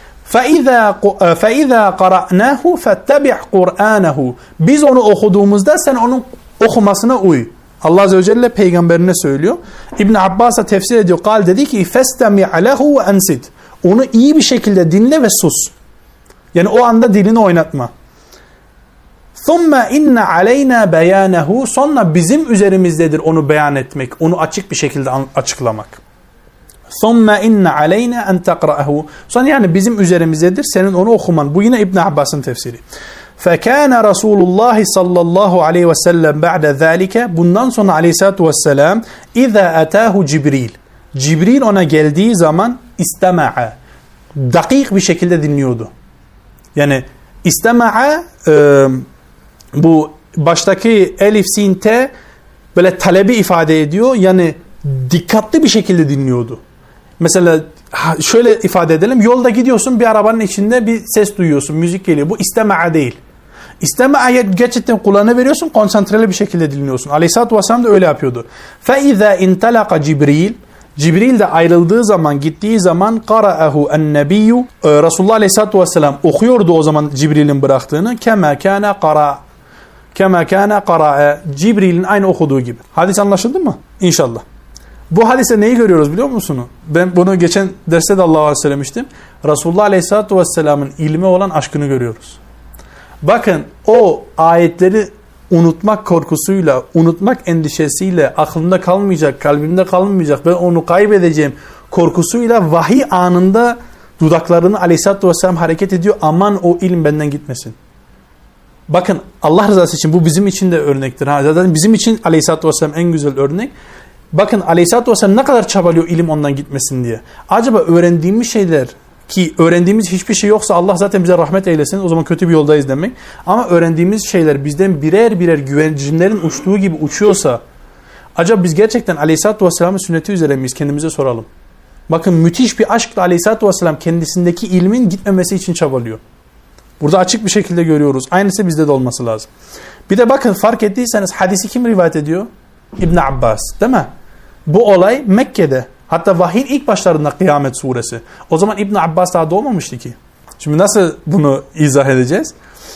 S2: فَاِذَا قَرَأْنَاهُ فَاتَّبِعْ قُرْآنَهُ Biz onu okuduğumuzda sen onun okumasına uy. Allah Azze ve Celle peygamberine söylüyor. İbn Abbas'a tefsir ediyor. Kal dedi ki فَاسْتَمِعْ لَهُ وَاَنْسِدْ Onu iyi bir şekilde dinle ve sus. Yani o anda dilini oynatma. ثُمَّ اِنَّ عَلَيْنَا بَيَانَهُ Sonra bizim üzerimizdedir onu beyan etmek. Onu açık bir şekilde açıklamak. ثُمَّ اِنَّ عَلَيْنَا اَنْ تَقْرَأَهُ Sonra yani bizim üzerimizdedir senin onu okuman. Bu yine İbn Abbas'ın tefsiri. فَكَانَ رَسُولُ اللّٰهِ sallallahu aleyhi ve sellem بَعْدَ ذَٰلِكَ Bundan sonra aleyhissalatu vesselam اِذَا اَتَاهُ Cibril Cibril ona geldiği zaman istema'a dakik bir şekilde dinliyordu. Yani istema'a bu baştaki elif, sin, te böyle talebi ifade ediyor. Yani dikkatli bir şekilde dinliyordu. Mesela şöyle ifade edelim. Yolda gidiyorsun bir arabanın içinde bir ses duyuyorsun. Müzik geliyor. Bu istema'a değil. İstema'ya gerçekten kulağına veriyorsun. Konsantreli bir şekilde dinliyorsun. Aleyhisselatü Vesselam da öyle yapıyordu. فَاِذَا اِنْتَلَقَ Cibril Cibril de ayrıldığı zaman gittiği zaman قَرَأَهُ النَّبِيُّ Resulullah Aleyhisselatü Vesselam okuyordu o zaman Cibril'in bıraktığını. كَمَا كَانَ قَرَأَ Cibril'in aynı okuduğu gibi. Hadis anlaşıldı mı? İnşallah. Bu hadise neyi görüyoruz biliyor musunuz? Ben bunu geçen derste de Allah'a söylemiştim. Resulullah Aleyhisselatü Vesselam'ın ilme olan aşkını görüyoruz. Bakın o ayetleri unutmak korkusuyla, unutmak endişesiyle, aklında kalmayacak, kalbimde kalmayacak, ben onu kaybedeceğim korkusuyla vahiy anında dudaklarını Aleyhisselatü Vesselam hareket ediyor. Aman o ilim benden gitmesin. Bakın Allah rızası için bu bizim için de örnektir. Zaten bizim için Aleyhisselatü Vesselam en güzel örnek. Bakın Aleyhisselatü Vesselam ne kadar çabalıyor ilim ondan gitmesin diye. Acaba öğrendiğimiz şeyler ki öğrendiğimiz hiçbir şey yoksa Allah zaten bize rahmet eylesin. O zaman kötü bir yoldayız demek. Ama öğrendiğimiz şeyler bizden birer birer güvercinlerin uçtuğu gibi uçuyorsa acaba biz gerçekten Aleyhisselatü Vesselam'ın sünneti üzere miyiz? Kendimize soralım. Bakın müthiş bir aşkla Aleyhisselatü Vesselam kendisindeki ilmin gitmemesi için çabalıyor. Burada açık bir şekilde görüyoruz. Aynısı bizde de olması lazım. Bir de bakın fark ettiyseniz hadisi kim rivayet ediyor? İbn Abbas değil mi? Bu olay Mekke'de. Hatta vahyin ilk başlarında Kıyamet suresi. O zaman İbn Abbas daha doğmamıştı ki. Şimdi nasıl bunu izah edeceğiz?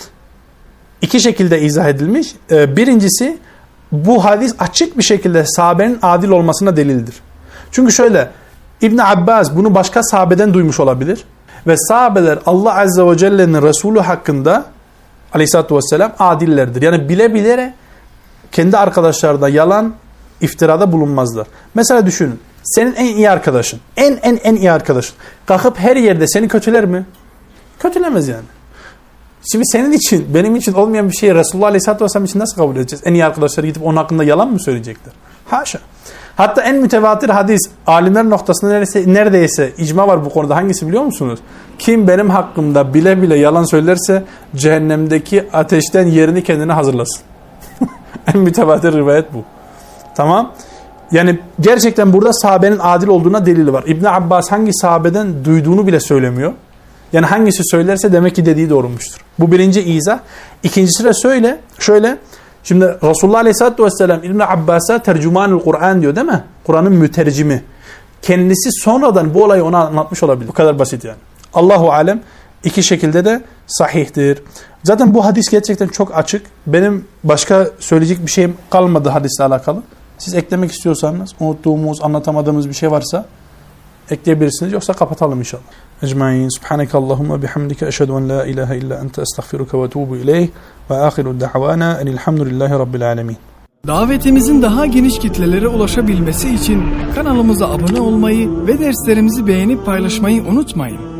S2: İki şekilde izah edilmiş. Birincisi bu hadis açık bir şekilde sahabenin adil olmasına delildir. Çünkü şöyle İbn Abbas bunu başka sahabeden duymuş olabilir. Ve sahabeler Allah Azze ve Celle'nin Resulü hakkında Aleyhisselatü Vesselam adillerdir. Yani bile bilere kendi arkadaşlarına yalan, iftirada bulunmazlar. Mesela düşünün. Senin en iyi arkadaşın. En iyi arkadaşın. Kalkıp her yerde seni kötüler mi? Kötülemez yani. Şimdi senin için, benim için olmayan bir şeyi Resulullah Aleyhisselatü Vesselam için nasıl kabul edeceğiz? En iyi arkadaşları gidip onun hakkında yalan mı söyleyecekler? Haşa. Hatta en mütevatir hadis, alimler noktasında neredeyse icma var bu konuda. Hangisi biliyor musunuz? Kim benim hakkımda bile bile yalan söylerse cehennemdeki ateşten yerini kendine hazırlasın. En mütevatir rivayet bu. Tamam. Yani gerçekten burada sahabenin adil olduğuna delili var. İbn Abbas hangi sahabeden duyduğunu bile söylemiyor. Yani hangisi söylerse demek ki dediği doğrumuştur. Bu birinci izah. İkincisi de şöyle. Şimdi Resulullah Aleyhisselatü Vesselam İbn Abbas'a tercümanul Kur'an diyor değil mi? Kur'an'ın mütercimi. Kendisi sonradan bu olayı ona anlatmış olabilir. Bu kadar basit yani. Allahu alem iki şekilde de sahihtir. Zaten bu hadis gerçekten çok açık. Benim başka söyleyecek bir şeyim kalmadı hadisle alakalı. Siz eklemek istiyorsanız, unuttuğumuz, anlatamadığımız bir şey varsa ekleyebilirsiniz. Yoksa kapatalım inşallah. Ecmaîn. Subhanekallahumma bihamdike eşhedü en la ilahe illa ente estağfiruke ve etûbü ileyh ve âhiru da'vana enilhamdülillahi rabbil âlemin.
S3: Davetimizin daha geniş kitlelere ulaşabilmesi için kanalımıza abone olmayı ve derslerimizi beğenip paylaşmayı unutmayın.